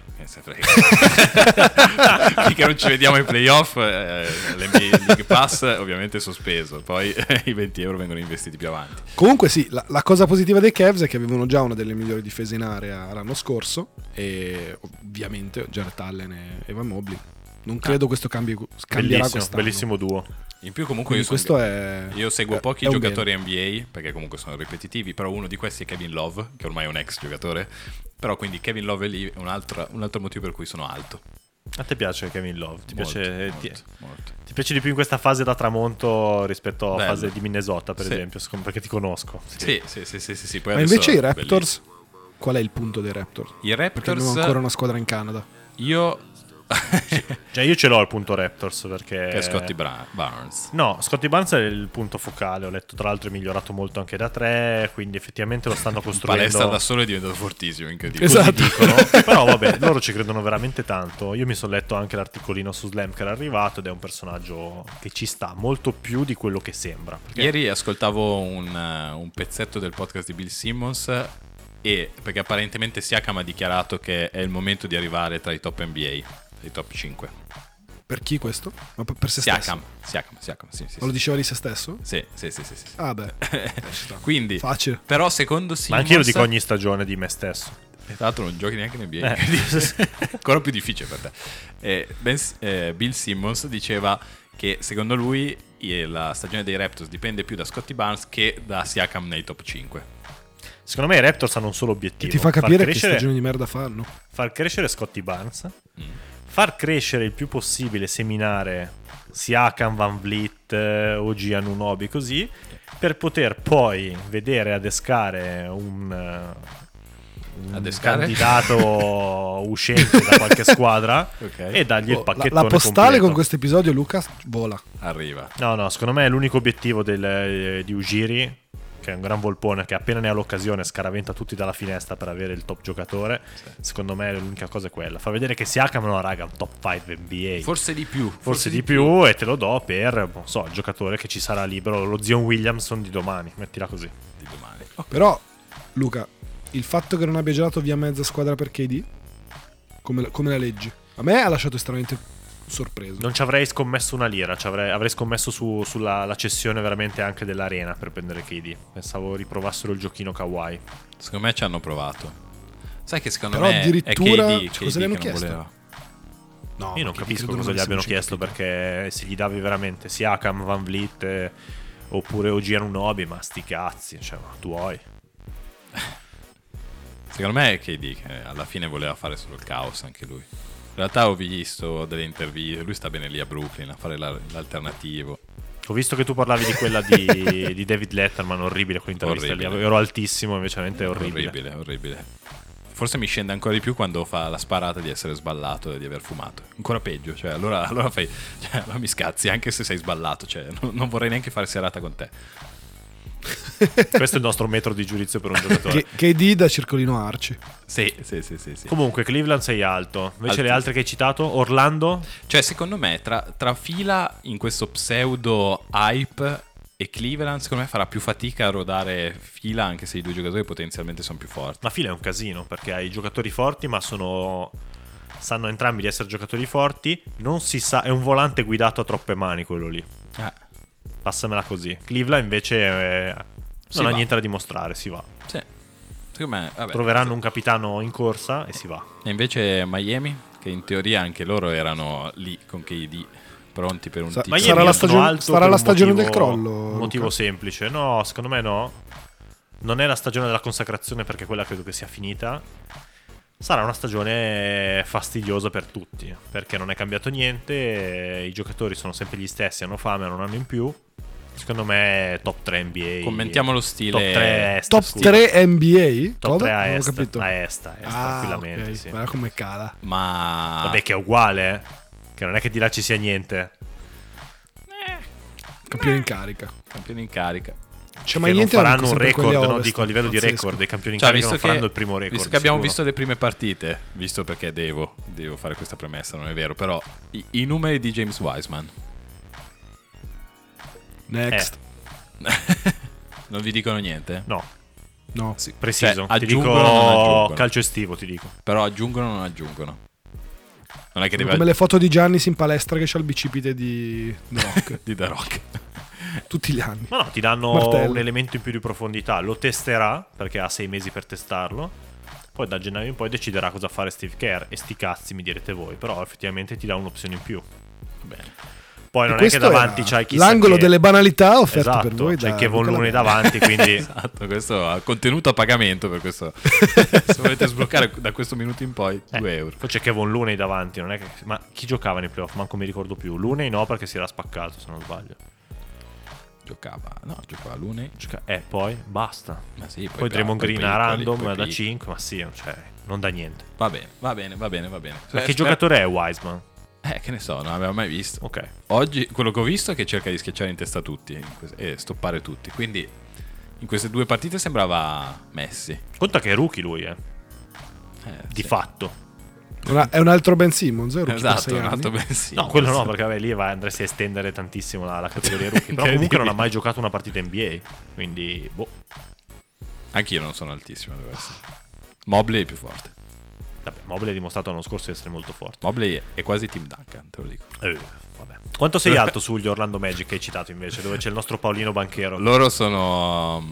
Finché non ci vediamo ai playoff, l'NBA League Pass ovviamente è sospeso. Poi i 20 euro vengono investiti più avanti. Comunque sì, la cosa positiva dei Cavs è che avevano già una delle migliori difese in area l'anno scorso. E ovviamente Jarrett Allen e Evan Mobley. Non credo questo cambierà quest'anno. Bellissimo duo. In più comunque io seguo pochi giocatori NBA, perché comunque sono ripetitivi, però uno di questi è Kevin Love, che ormai è un ex giocatore. Però quindi Kevin Love è lì, è un altro motivo per cui sono alto. A te piace Kevin Love? Ti molto. Ti piace di più in questa fase da tramonto rispetto alla fase di Minnesota, per esempio? Perché ti conosco. Sì. Poi ma invece i Raptors, qual è il punto dei Raptors? I Raptors, perché abbiamo ancora una squadra in Canada. Io ce l'ho il punto Raptors, perché che è Scottie Barnes. No, Scottie Barnes è il punto focale. Ho letto, tra l'altro, è migliorato molto anche da 3, quindi effettivamente lo stanno costruendo. Palestra da solo è diventato fortissimo, incredibile. Esatto. Dicono. Però vabbè, loro ci credono veramente tanto. Io mi sono letto anche l'articolino su Slam che era arrivato, ed è un personaggio che ci sta molto più di quello che sembra, perché... Ieri ascoltavo un pezzetto del podcast di Bill Simmons, e perché apparentemente Siakam ha dichiarato che è il momento di arrivare tra i top NBA, i top 5. Per chi questo? Ma per se Siakam, stesso? sì. Ma lo diceva di se stesso? Sì. Ah beh. Quindi, facile. Però secondo Simmons... Ma anche io lo dico ogni stagione di me stesso. Tra l'altro non giochi neanche in NBA. Ancora più difficile per te. Bill Simmons diceva che secondo lui la stagione dei Raptors dipende più da Scottie Barnes che da Siakam nei top 5. Secondo me i Raptors hanno un solo obiettivo. Che ti fa capire che stagioni di merda fanno. Far crescere Scottie Barnes, far crescere il più possibile, seminare Siakam, Van Vliet, OG Anunoby, così, per poter poi vedere adescare un candidato uscente da qualche squadra, okay, e dargli il pacchettone la postale completo. Con questo episodio, Luca, vola. Arriva. No, secondo me è l'unico obiettivo di Ujiri, che è un gran volpone, che appena ne ha l'occasione scaraventa tutti dalla finestra per avere il top giocatore. Sì. Secondo me l'unica cosa è quella, fa vedere che Siakam, no raga, un top 5 NBA, forse di più, e te lo do per, non so, il giocatore che ci sarà libero, lo Zion Williamson di domani, mettila così, di domani. Okay. Però Luca, il fatto che non abbia girato via mezza squadra per KD, come la leggi? A me ha lasciato estremamente sorpreso. Non ci avrei scommesso una lira, avrei scommesso sulla la cessione veramente anche dell'arena per prendere KD. Pensavo riprovassero il giochino Kawhi. Secondo me ci hanno provato. Sai che secondo però me addirittura è KD, cosa gli hanno che non chiesto? voleva. No, io non capisco cosa gli abbiano chiesto, perché se gli davi veramente Siakam, Van Vliet, Oppure OG Anunoby, ma sti cazzi, cioè, ma tuoi. Secondo me è KD che alla fine voleva fare solo il caos anche lui. In realtà ho visto delle interviste, lui sta bene lì a Brooklyn a fare l'alternativo. Ho visto che tu parlavi di quella di David Letterman, orribile quell'intervista lì. Ero altissimo, invece veramente orribile. Orribile. Forse mi scende ancora di più quando fa la sparata di essere sballato e di aver fumato. Ancora peggio, cioè allora fai, cioè, allora mi scazzi anche se sei sballato, cioè non vorrei neanche fare serata con te. Questo è il nostro metro di giudizio per un giocatore. KD da circolino Arci. Sì. Comunque Cleveland sei alto. Invece le altre che hai citato, Orlando? Cioè secondo me tra fila in questo pseudo hype e Cleveland secondo me farà più fatica a rodare fila, anche se i due giocatori potenzialmente sono più forti. Ma fila è un casino perché hai giocatori forti ma sanno entrambi di essere giocatori forti. Non si sa, è un volante guidato a troppe mani quello lì. Passamela così. Cleveland invece non ha niente da dimostrare, si va. Sì. Secondo me, vabbè, troveranno un capitano in corsa e si va. E invece Miami, che in teoria anche loro erano lì con KD pronti per un titolo. Sarà la stagione del crollo. Un motivo semplice. No, secondo me no. Non è la stagione della consacrazione perché quella credo che sia finita. Sarà una stagione fastidiosa per tutti perché non è cambiato niente, i giocatori sono sempre gli stessi, hanno fame, hanno un anno in più. Secondo me top 3 NBA. Commentiamo lo stile. Top 3 est. Top 3 NBA? Top 3 a est. est. Ho capito. A est tranquillamente. Okay. Sì. Guarda come cala. Ma vabbè, che è uguale, che non è che di là ci sia niente. Campione in carica. Cioè, ma niente, non faranno un record, no? Dico a livello di record. I campioni in carica non faranno il primo record. Visto che abbiamo visto le prime partite, visto perché devo fare questa premessa, non è vero, però i numeri di James Wiseman. Next. Non vi dicono niente? No. Sì, preciso. Cioè, ti dico calcio estivo, ti dico. Però aggiungono o non aggiungono? Non è che come le foto di Giannis in palestra che c'ha il bicipite di The Rock. Di The Rock. Tutti gli anni. Ma no, ti danno un elemento in più di profondità. Lo testerà perché ha 6 mesi per testarlo. Poi da gennaio in poi deciderà cosa fare Steve Kerr. E sti cazzi mi direte voi. Però effettivamente ti dà un'opzione in più. Bene. Poi non è che davanti c'hai chissà l'angolo che... delle banalità offerto per voi. C'è Kevon Looney davanti, quindi esatto, questo ha contenuto a pagamento per questo. Se volete sbloccare da questo minuto in poi 2 euro. Poi c'è Kevon Looney davanti, non è che... Ma chi giocava nei playoff? Manco mi ricordo più. Looney no, perché si era spaccato, se non sbaglio. Giocava Looney. Poi basta. Ma sì, poi Draymond Green a random da 5, ma sì, cioè, non da niente. Va bene. Ma che giocatore è Wiseman? Che ne so, non l'avevo mai visto. Ok. Oggi quello che ho visto è che cerca di schiacciare in testa tutti e stoppare tutti. Quindi in queste 2 partite sembrava Messi. Conta che è rookie lui, di sì. fatto. È un altro Ben Simmons, esatto, un altro Ben Simmons. No, quello no, perché lì andresti a estendere tantissimo la categoria rookie. Però comunque non ha mai giocato una partita NBA. Quindi, Anch'io non sono altissimo, deve essere. Mobley è più forte. Vabbè, Mobley ha dimostrato l'anno scorso di essere molto forte. Mobley è quasi Tim Duncan, te lo dico. Vabbè. Quanto sei alto sugli Orlando Magic che hai citato invece, dove c'è il nostro Paolino Banchero? Loro sono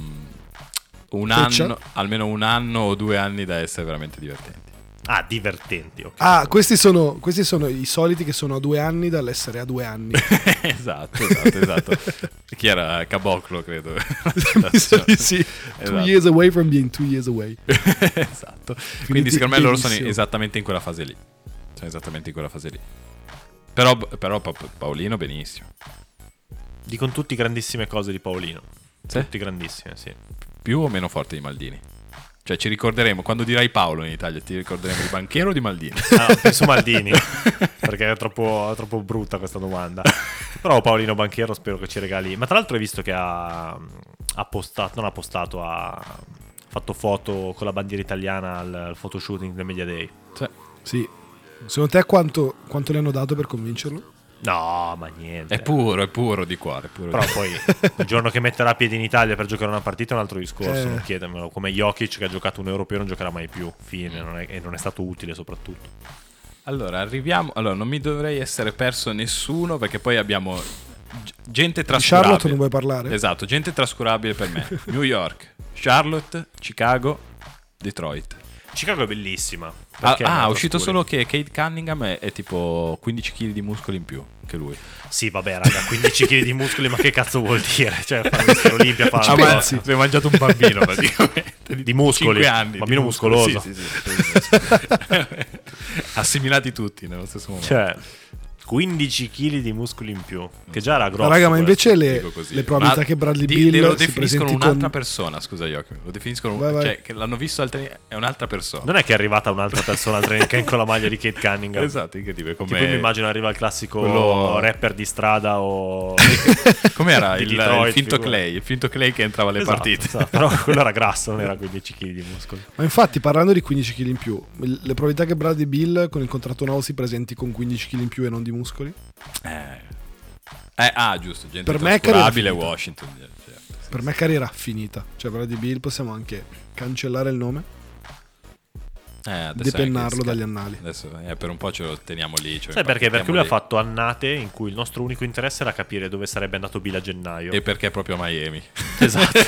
almeno un anno o 2 anni da essere veramente divertenti. Ah, divertenti, ok. Questi sono i soliti che sono a 2 anni dall'essere a 2 anni. Esatto. Chi era? Caboclo, credo. Sì. 2 years away from being 2 years away. Esatto. Quindi secondo me loro sono esattamente in quella fase lì. Però Paolino benissimo. Dicono tutti grandissime cose di Paolino. Sì? Tutti grandissime, sì. Più o meno forte di Maldini? Cioè ci ricorderemo, quando dirai Paolo in Italia, ti ricorderemo di Banchero o di Maldini? Penso Maldini, perché è troppo brutta questa domanda. Però Paolino Banchero spero che ci regali. Ma tra l'altro hai visto che ha fatto foto con la bandiera italiana al photoshooting del Media Day. Sì. Secondo te quanto le hanno dato per convincerlo? No, ma niente. È puro di cuore. Però poi il giorno che metterà piedi in Italia per giocare una partita è un altro discorso. Non chiedermelo. Come Jokic che ha giocato un europeo non giocherà mai più. Fine. E non è stato utile soprattutto. Allora arriviamo. Allora non mi dovrei essere perso nessuno, perché poi abbiamo gente trascurabile. Charlotte non vuoi parlare? Esatto, gente trascurabile per me. New York, Charlotte, Chicago, Detroit. Chicago è bellissima. È uscito solo che Cade Cunningham è tipo 15 kg di muscoli in più che lui. Sì, vabbè, raga, 15 kg di muscoli, ma che cazzo vuol dire? Cioè, fare Mister Olimpia, fare si è mangiato un bambino praticamente di muscoli, 5 anni, bambino muscoloso. Sì. Assimilati tutti nello stesso momento. Cioè, 15 kg di muscoli in più, che già era grosso. Raga, ma invece le probabilità Ma che Bradley Beal lo si definiscono presenti un'altra con... persona, scusa Joachim, lo definiscono Vai. cioè che l'hanno visto al training, è un'altra persona. Non è che è arrivata un'altra persona al training camp con la maglia di Cade Cunningham. Esatto, incredibile. Tipo mi immagino arriva il classico quello... rapper di strada o com'era di il Detroit, finto Clay, il finto Clay che entrava alle partite. Esatto, però quello era grasso, non era 15 kg di muscoli. Ma infatti, parlando di 15 kg in più, le probabilità che Bradley Beal con il contratto nuovo si presenti con 15 kg in più e non di muscoli? Giusto, gente per me trascurabile Washington. Certo, per me carriera finita. Cioè Bradley Beal possiamo anche cancellare il nome, depennarlo dagli annali. Adesso per un po' ce lo teniamo lì. Sai perché? Perché lui ha fatto annate in cui il nostro unico interesse era capire dove sarebbe andato Beal a gennaio. E perché proprio a Miami. Esatto.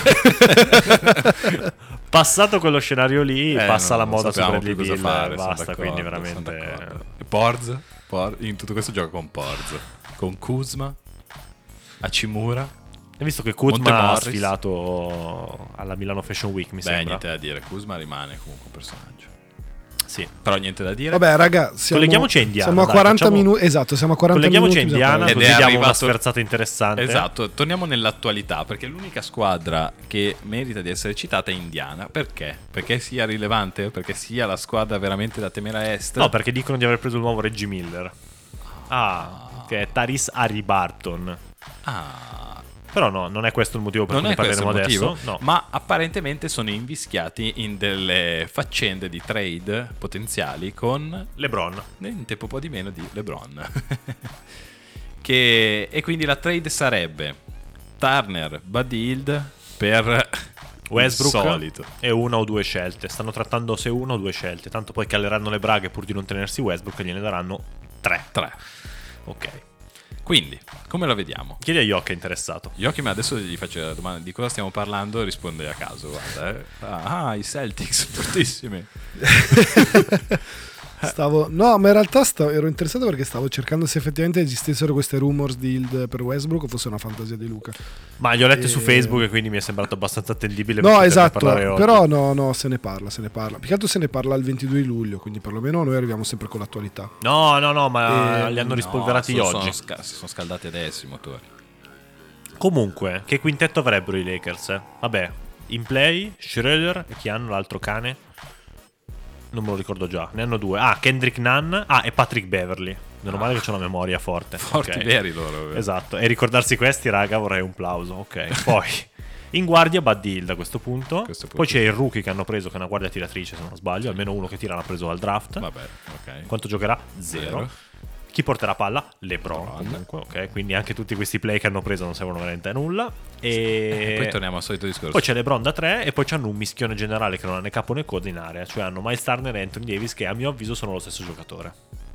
Passato quello scenario lì, passa la moda su Bradley Beal, basta, quindi veramente... Porz, in tutto questo gioca con Porz, con Kuzma, Hachimura. Hai visto che Kuzma ha sfilato alla Milano Fashion Week, mi sembra. Niente da dire, Kuzma rimane comunque un personaggio. Sì, però niente da dire. Vabbè, raga, colleghiamoci a Indiana. Siamo a 40 minuti. Esatto, siamo a 40 minuti. Colleghiamoci a Indiana, così diamo una sferzata interessante. Esatto, torniamo nell'attualità, perché l'unica squadra che merita di essere citata è Indiana. Perché? Perché sia rilevante? Perché sia la squadra veramente da temere a est? No, perché dicono di aver preso il nuovo Reggie Miller. Che è Tyrese Haliburton. Però no, non è questo il motivo per cui ne parleremo adesso. No. Ma apparentemente sono invischiati in delle faccende di trade potenziali con LeBron. Niente po' di meno di LeBron. E quindi la trade sarebbe Turner, Buddy Hield per Westbrook solito. E una o due scelte. Stanno trattando se una o due scelte. Tanto poi calleranno le braghe pur di non tenersi Westbrook e gliene daranno 3. Ok. Quindi, come lo vediamo? Chiedi a Jock, è interessato. Joachim, adesso gli faccio la domanda di cosa stiamo parlando, risponde a caso, guarda. I Celtics, fortissimi. No, ma in realtà ero interessato perché stavo cercando se effettivamente esistessero queste rumors di Hield per Westbrook o fosse una fantasia di Luca. Ma li ho lette su Facebook e quindi mi è sembrato abbastanza attendibile. No, esatto, però no, se ne parla. Più che altro se ne parla il 22 luglio, quindi perlomeno noi arriviamo sempre con l'attualità. No, ma li hanno rispolverati oggi. Sono scaldati adesso i motori. Comunque, che quintetto avrebbero i Lakers? Vabbè, in play, Schroeder e chi hanno l'altro cane? Non me lo ricordo già, ne hanno due. Kendrick Nunn e Patrick Beverly. Meno male che c'ho una memoria forte. Forti veri loro. Esatto, e ricordarsi questi, raga, vorrei un plauso. Ok, poi in guardia Buddy Hield a questo punto. Poi c'è il rookie che hanno preso, che è una guardia tiratrice se non sbaglio. Almeno uno che tira l'ha preso al draft. Vabbè, ok. Quanto giocherà? Zero. Chi porterà palla? LeBron. Comunque, ok. Quindi anche tutti questi play che hanno preso non servono veramente a nulla. E poi torniamo al solito discorso. Poi c'è LeBron da 3 e poi c'hanno un mischione generale che non ha né capo né coda in area. Cioè hanno Miles Turner e Anthony Davis che a mio avviso sono lo stesso giocatore.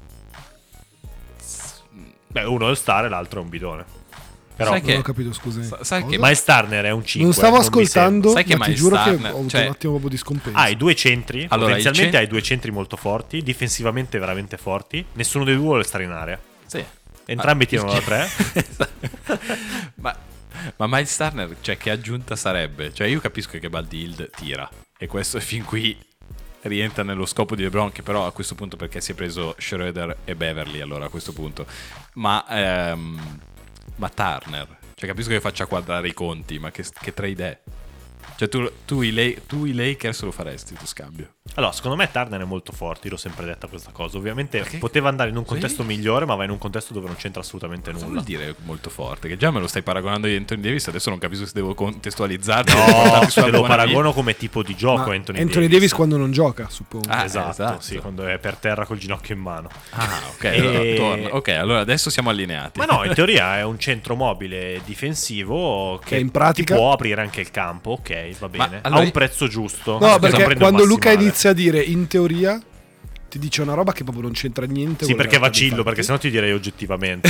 Beh, uno è il star e l'altro è un bidone. Però non ho capito, scusami. Sai che Miles Turner è un 5. Non stavo ascoltando, sai che ma ti giuro che ho avuto un attimo proprio di scompenso. Hai due centri, potenzialmente hai due centri molto forti, difensivamente veramente forti. Nessuno dei due vuole stare in area. Sì. Entrambi tirano da 3. ma Miles Turner, cioè, che aggiunta sarebbe? Cioè, io capisco che Buddy Hield tira, e questo fin qui rientra nello scopo di LeBron, che però a questo punto perché si è preso Schroeder e Beverly, allora a questo punto. Ma Turner, cioè, capisco che faccia quadrare i conti, ma che trade è? Cioè tu i Lakers lo faresti tu scambio? Allora, secondo me Turner è molto forte, io l'ho sempre detta questa cosa. Ovviamente poteva andare in un contesto migliore, ma va in un contesto dove non c'entra assolutamente nulla. Vuol dire molto forte? Che già me lo stai paragonando di Anthony Davis, adesso non capisco se devo contestualizzarti. No, te lo paragono come tipo di gioco. Ma Anthony Davis quando non gioca, suppongo. Esatto, sì, quando è per terra col ginocchio in mano. Ok, allora torna. Ok, allora adesso siamo allineati. Ma no, in teoria è un centro mobile difensivo che in pratica ti può aprire anche il campo. Ok, va bene. Allora, ha un prezzo giusto. No, perché quando Luca inizia a dire in teoria ti dice una roba che proprio non c'entra niente. Sì, perché vacillo, perché sennò ti direi oggettivamente.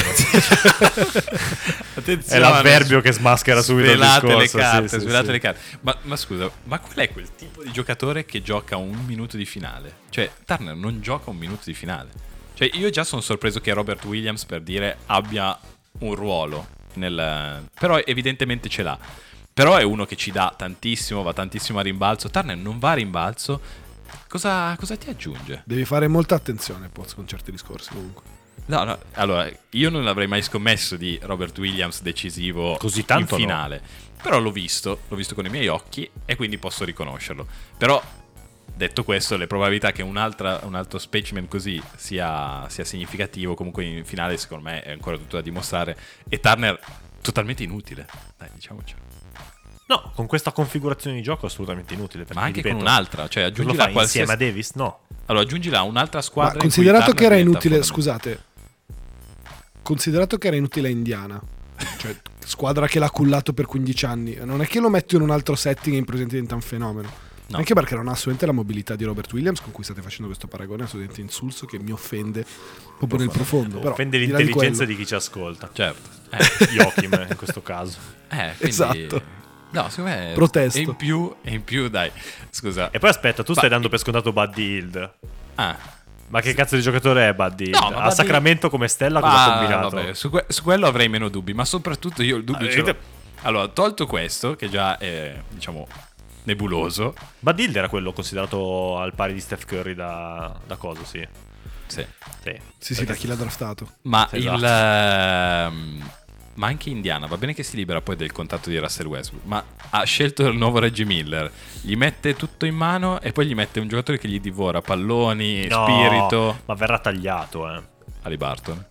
È l'avverbio che smaschera subito il discorso. Svelate le carte. Ma scusa, ma qual è quel tipo di giocatore che gioca un minuto di finale? Cioè, Turner non gioca un minuto di finale. Cioè, io già sono sorpreso che Robert Williams, per dire, abbia un ruolo però evidentemente ce l'ha. Però è uno che ci dà tantissimo, va tantissimo a rimbalzo. Turner non va a rimbalzo. Cosa ti aggiunge? Devi fare molta attenzione con certi discorsi comunque. No, allora, io non avrei mai scommesso di Robert Williams decisivo così tanto in finale. No. Però l'ho visto con i miei occhi e quindi posso riconoscerlo. Però, detto questo, le probabilità che un altro specimen così sia significativo, comunque in finale, secondo me è ancora tutto da dimostrare. E Turner totalmente inutile. Dai, diciamocelo. No, con questa configurazione di gioco è assolutamente inutile. Ma anche con un'altra, cioè aggiungila qualsiasi... insieme a Davis, no. Allora aggiungila a un'altra squadra. Ma considerato che era inutile, scusate, considerato che era inutile a Indiana, cioè squadra che l'ha cullato per 15 anni, non è che lo metto in un altro setting e in presente diventa un fenomeno. No. Anche perché non ha assolutamente la mobilità di Robert Williams, con cui state facendo questo paragone, è assolutamente insulso, che mi offende proprio nel profondo. Però, offende l'intelligenza di chi ci ascolta. Certo. Joachim in questo caso. Quindi... Esatto. No, secondo me protesto. E in più, dai, scusa. E poi aspetta, tu stai dando per scontato Buddy Hield. Ma che cazzo di giocatore è Buddy Hield? No, a Sacramento come stella cosa ha combinato? Vabbè, su quello avrei meno dubbi, ma soprattutto io il dubbio ce l'ho. Allora, tolto questo, che già è, diciamo, nebuloso. Buddy Hield era quello considerato al pari di Steph Curry da cosa, sì. Sì, da chi l'ha draftato. Ma esatto. Ma anche Indiana, va bene che si libera poi del contratto di Russell Westbrook, ma ha scelto il nuovo Reggie Miller, gli mette tutto in mano e poi gli mette un giocatore che gli divora palloni, spirito. Ma verrà tagliato, Haliburton.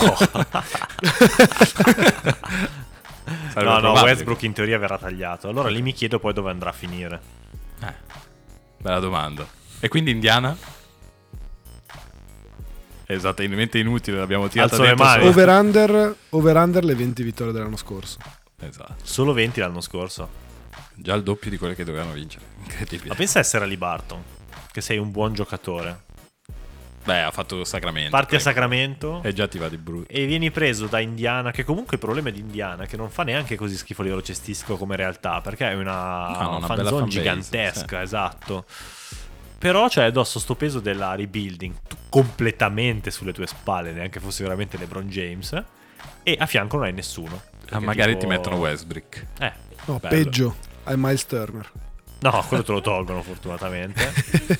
No, Westbrook in teoria verrà tagliato. Allora lì mi chiedo poi dove andrà a finire. Bella domanda. E quindi Indiana? Esattamente inutile, l'abbiamo tirata Alzo le dentro. Over-under le 20 vittorie dell'anno scorso. Esatto. Solo 20 l'anno scorso. Già il doppio di quelle che dovevano vincere. Incredibile. Ma pensa a essere Haliburton, che sei un buon giocatore. Beh, ha fatto Sacramento. Parti a Sacramento e già ti va di brutto. E vieni preso da Indiana, che comunque il problema è di Indiana, che non fa neanche così schifo a livello cestistico come realtà, perché è una fanzone gigantesca, esatto. Però c'è addosso sto peso della rebuilding completamente sulle tue spalle, neanche fosse veramente LeBron James, e a fianco non hai nessuno. Magari tipo... ti mettono Westbrook. No, bello. Peggio, hai Miles Turner. No, quello te lo tolgono fortunatamente.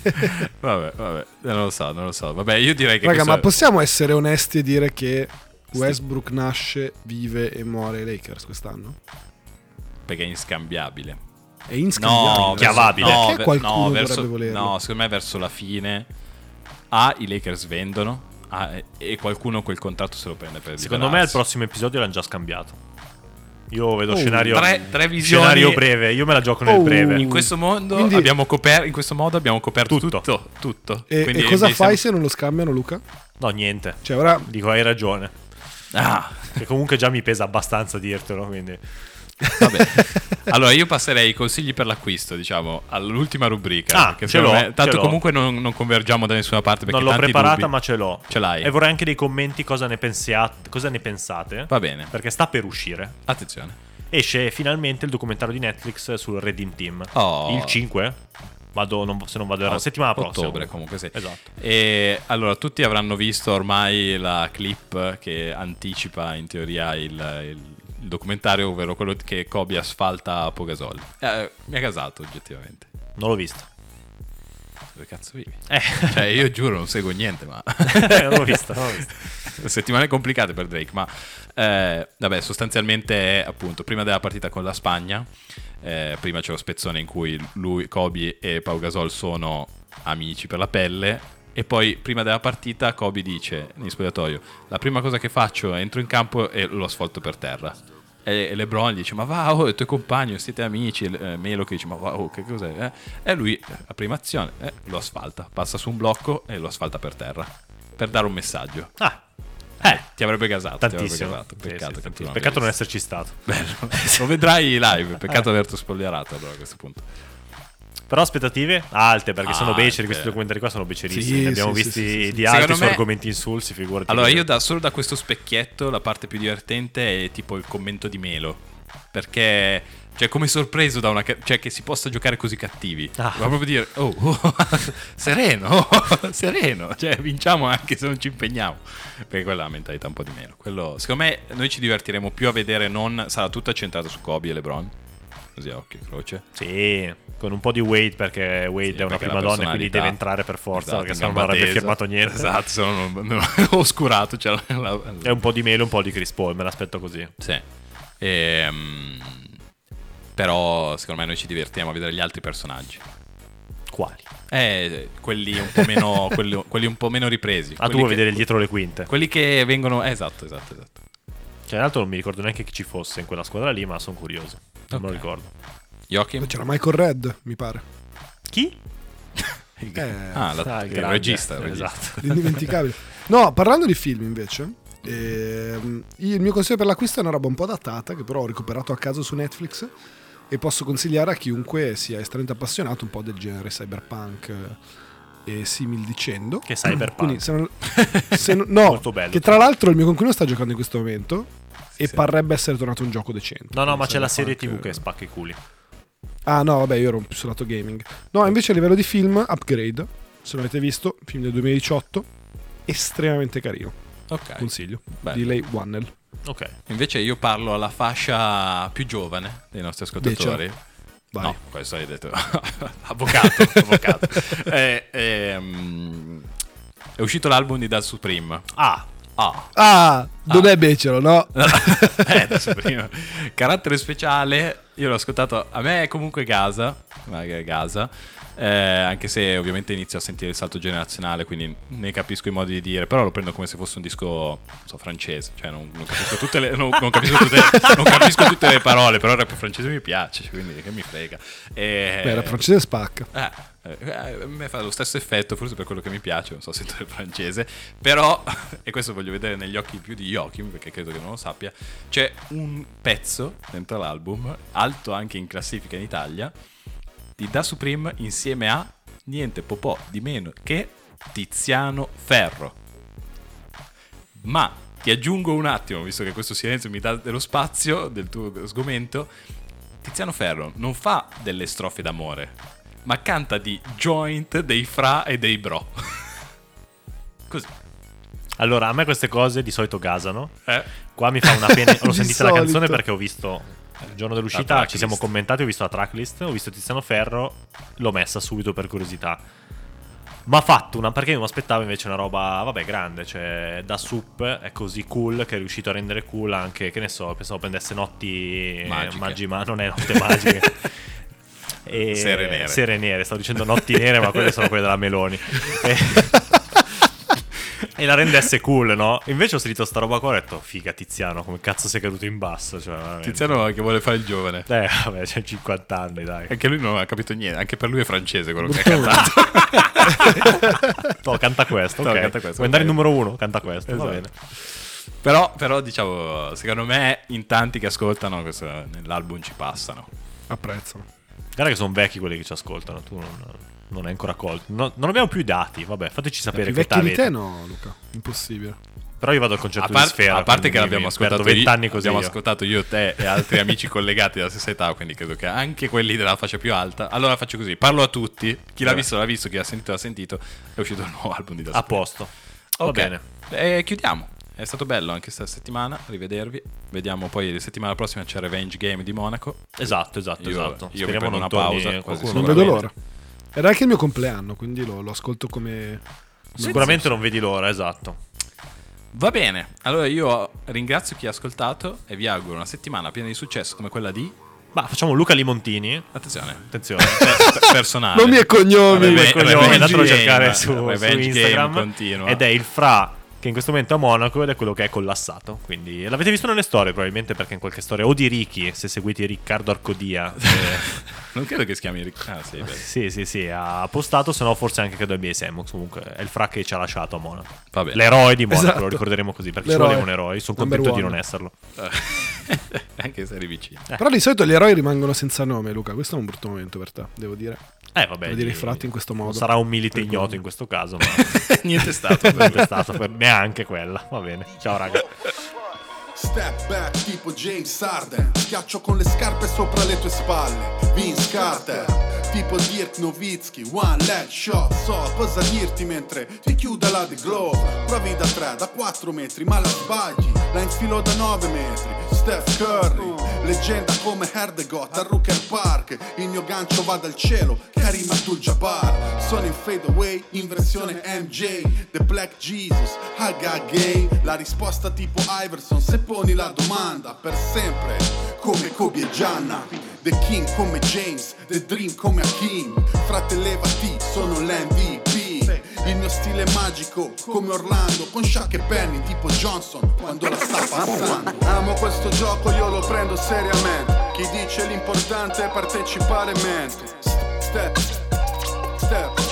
Vabbè, non lo so. Vabbè, io direi che raga, ma possiamo essere onesti e dire che Westbrook nasce, vive e muore ai Lakers quest'anno? Perché è inscambiabile. È inscambiabile. No, chiavabile. Perché qualcuno dovrebbe volerlo? No, secondo me verso la fine i Lakers vendono e qualcuno quel contratto se lo prende per secondo me al prossimo episodio l'hanno già scambiato. Io vedo scenario tre visioni. Scenario breve, io me la gioco nel breve. In questo modo abbiamo coperto tutto. E cosa fai se non lo scambiano, Luca? No, niente. Cioè, ora dico, hai ragione. Che comunque già mi pesa abbastanza dirtelo, quindi vabbè. Allora io passerei i consigli per l'acquisto, diciamo, all'ultima rubrica. Ce l'ho. Tanto comunque non convergiamo da nessuna parte perché non l'ho preparata, dubbi. ma ce l'ho. Ce l'hai. E vorrei anche dei commenti cosa ne pensate. Va bene. Perché sta per uscire. Attenzione. Esce finalmente il documentario di Netflix sul Redeem Team. Il 5. Se non vado la settimana prossima. Ottobre comunque sì. Esatto. E allora tutti avranno visto ormai la clip che anticipa in teoria il documentario, ovvero quello che Kobe asfalta Pau Gasol. Mi ha gasato oggettivamente. Non l'ho visto. Dove cazzo vivi? Cioè io giuro non seguo niente, ma non l'ho visto. Settimane complicate per Drake, ma vabbè, sostanzialmente è appunto prima della partita con la Spagna. Prima c'è lo spezzone in cui Kobe e Pau Gasol sono amici per la pelle. E poi prima della partita Kobe dice in spogliatoio: la prima cosa che faccio è entro in campo e lo asfalto per terra. E LeBron gli dice: ma va, i tuoi compagni, siete amici. Melo che dice: ma va, che cos'è? E lui, la prima azione, lo asfalta, passa su un blocco e lo asfalta per terra per dare un messaggio. Ti avrebbe gasato. Tantissimo. Peccato non esserci stato. Bello. Lo vedrai live. Peccato averti spoilerato allora a questo punto. Però aspettative alte, perché sono beceri, questi documentari qua sono becerissimi. Ne abbiamo visti di alti su argomenti insulsi, figurati. Allora io solo da questo specchietto la parte più divertente è tipo il commento di Melo, perché cioè come sorpreso da cioè che si possa giocare così cattivi. Ma proprio dire sereno, cioè vinciamo anche se non ci impegniamo, perché quella è la mentalità un po' di Melo. Quello, secondo me noi ci divertiremo più a vedere, non sarà tutto centrato su Kobe e LeBron, così a occhio e croce. Sì, con un po' di Wade, perché Wade è una prima donna e quindi deve entrare per forza, perché sennò non avrebbe firmato niente. Esatto, se no non ho oscurato. Cioè, è un po' di Melo, un po' di Chris Paul, me l'aspetto così. Sì. Però secondo me noi ci divertiamo a vedere gli altri personaggi. Quali? Quelli un po' meno quelli un po' meno ripresi. Tu vuoi vedere dietro le quinte? Quelli che vengono esatto. Cioè, in realtà non mi ricordo neanche chi ci fosse in quella squadra lì, ma sono curioso. Non me lo ricordo. Joachim? C'era Michael Redd, mi pare. Chi? Il regista. Esatto. L'indimenticabile. No, parlando di film invece, il mio consiglio per l'acquisto è una roba un po' datata, che però ho recuperato a caso su Netflix e posso consigliare a chiunque sia estremamente appassionato un po' del genere cyberpunk e simil dicendo. Che cyberpunk? Quindi no, molto bello, che tra l'altro il mio coinquilino sta giocando in questo momento e parrebbe essere tornato un gioco decente. No, ma c'è la serie TV che spacca i culi. Ah no, vabbè, io ero più sul lato gaming. No, invece a livello di film, Upgrade, se non avete visto, film del 2018, estremamente carino. Ok. Consiglio. Di Leigh Whannell. Ok. Invece io parlo alla fascia più giovane dei nostri ascoltatori. Vai. No, questo hai detto. avvocato. È uscito l'album di Da Supreme. Non è becero, no? Da Supreme. Carattere speciale. Io l'ho ascoltato. A me è comunque Gaza. Anche se ovviamente inizio a sentire il salto generazionale, quindi ne capisco i modi di dire, però lo prendo come se fosse un disco, non so, francese, cioè non capisco tutte le non capisco tutte le parole, però il rap francese mi piace, quindi che mi frega. Il rap francese spacca. A me fa lo stesso effetto, forse per quello che mi piace, non so sentire il francese, però, e questo voglio vedere negli occhi più di Joachim, perché credo che non lo sappia, c'è un pezzo dentro l'album, alto anche in classifica in Italia, di Da Supreme insieme a niente po' di meno che Tiziano Ferro. Ma ti aggiungo un attimo, visto che questo silenzio mi dà dello spazio, del tuo sgomento, Tiziano Ferro non fa delle strofe d'amore, ma canta di joint dei fra e dei bro. Così. Allora, a me queste cose di solito gasano. Qua mi fa una pena. L'ho sentita la canzone perché ho visto il giorno dell'uscita, ci siamo commentati, ho visto la tracklist, ho visto Tiziano Ferro, l'ho messa subito per curiosità. Ma ha fatto perché io mi aspettavo invece una roba, vabbè, grande, cioè Da Sup è così cool che è riuscito a rendere cool anche, che ne so, pensavo prendesse notti magiche, ma non è notte magiche. E sere nere, stavo dicendo notti nere, ma quelle sono quelle della Meloni. E la rendesse cool, no? Invece ho sentito sta roba qua e ho detto, figa Tiziano, come cazzo sei caduto in basso, cioè, Tiziano che vuole fare il giovane. Vabbè, c'ha 50 anni, dai. Anche lui non ha capito niente, anche per lui è francese quello che ha cantato. Canta questo, ok. Canta questo, vuoi andare in numero 1? Canta questo, esatto. Va bene. Però diciamo, secondo me in tanti che ascoltano questo, nell'album ci passano. Apprezzano. Guarda che sono vecchi quelli che ci ascoltano, tu non hai ancora colto. Non abbiamo più i dati, vabbè, fateci sapere che vecchi di te no, Luca, impossibile. Però io vado al concerto di Sfera. A parte che l'abbiamo ascoltato 20 anni così. Abbiamo ascoltato io, te e altri amici collegati della stessa età, quindi credo che anche quelli della fascia più alta. Allora faccio così, parlo a tutti. Chi l'ha visto l'ha visto, chi l'ha sentito l'ha sentito. È uscito il nuovo album di Da Supreme. A posto. Va bene. E chiudiamo. È stato bello anche questa settimana rivedervi. Vediamo poi la settimana prossima c'è Revenge Game di Monaco. Esatto. Io Speriamo una pausa. Non vedo l'ora. Era anche il mio compleanno, quindi lo ascolto come... Sicuramente non vedi l'ora, esatto. Va bene, allora io ringrazio chi ha ascoltato e vi auguro una settimana piena di successo come quella di... Ma facciamo Luca Limontini. Attenzione. Personale. Non mi è cognomi. Andatelo a cercare su Instagram. Continua. Ed è il Fra, che in questo momento è a Monaco ed è quello che è collassato. Quindi l'avete visto nelle storie probabilmente, perché in qualche storia, o di Ricky, se seguite Riccardo Arcodia. Non credo che si chiami Riccardo. Sì, ha postato, se no forse anche credo NBA Semox. Comunque è il Fra che ci ha lasciato a Monaco. Va bene. L'eroe di Monaco, Esatto. Lo ricorderemo così, perché L'eroe. ci voleva un eroe. Sono contento di non esserlo. Anche se eri vicino. Però di solito gli eroi rimangono senza nome, Luca. Questo è un brutto momento per te, devo dire. Vabbè, dire fratti in questo modo. Sarà un milite ignoto in questo caso, ma niente è stato. Niente è stato per neanche quella. Va bene, ciao raga. Step back tipo James Harden, schiaccio con le scarpe sopra le tue spalle. Vince Carter, tipo Dirk Nowitzki, one leg shot. So cosa dirti mentre ti chiuda la The Glove. Provi da 3, da 4 metri, ma la sbagli. La infilo da 9 metri, Steph Curry, leggenda come Herdegot a Rooker Park. Il mio gancio va dal cielo, Karim Abdul-Jabbar. Sono in fadeaway, in versione MJ, The Black Jesus, Haga Gay. La risposta tipo Iverson, se poni la domanda, per sempre come Kobe e Gianna. The King come James, The Dream come Hakim. Frate levati, sono l'MVP. Il mio stile è magico come Orlando, con Shaq e Penny tipo Johnson quando la sta passando. Amo questo gioco, io lo prendo seriamente. Chi dice l'importante è partecipare mente. Step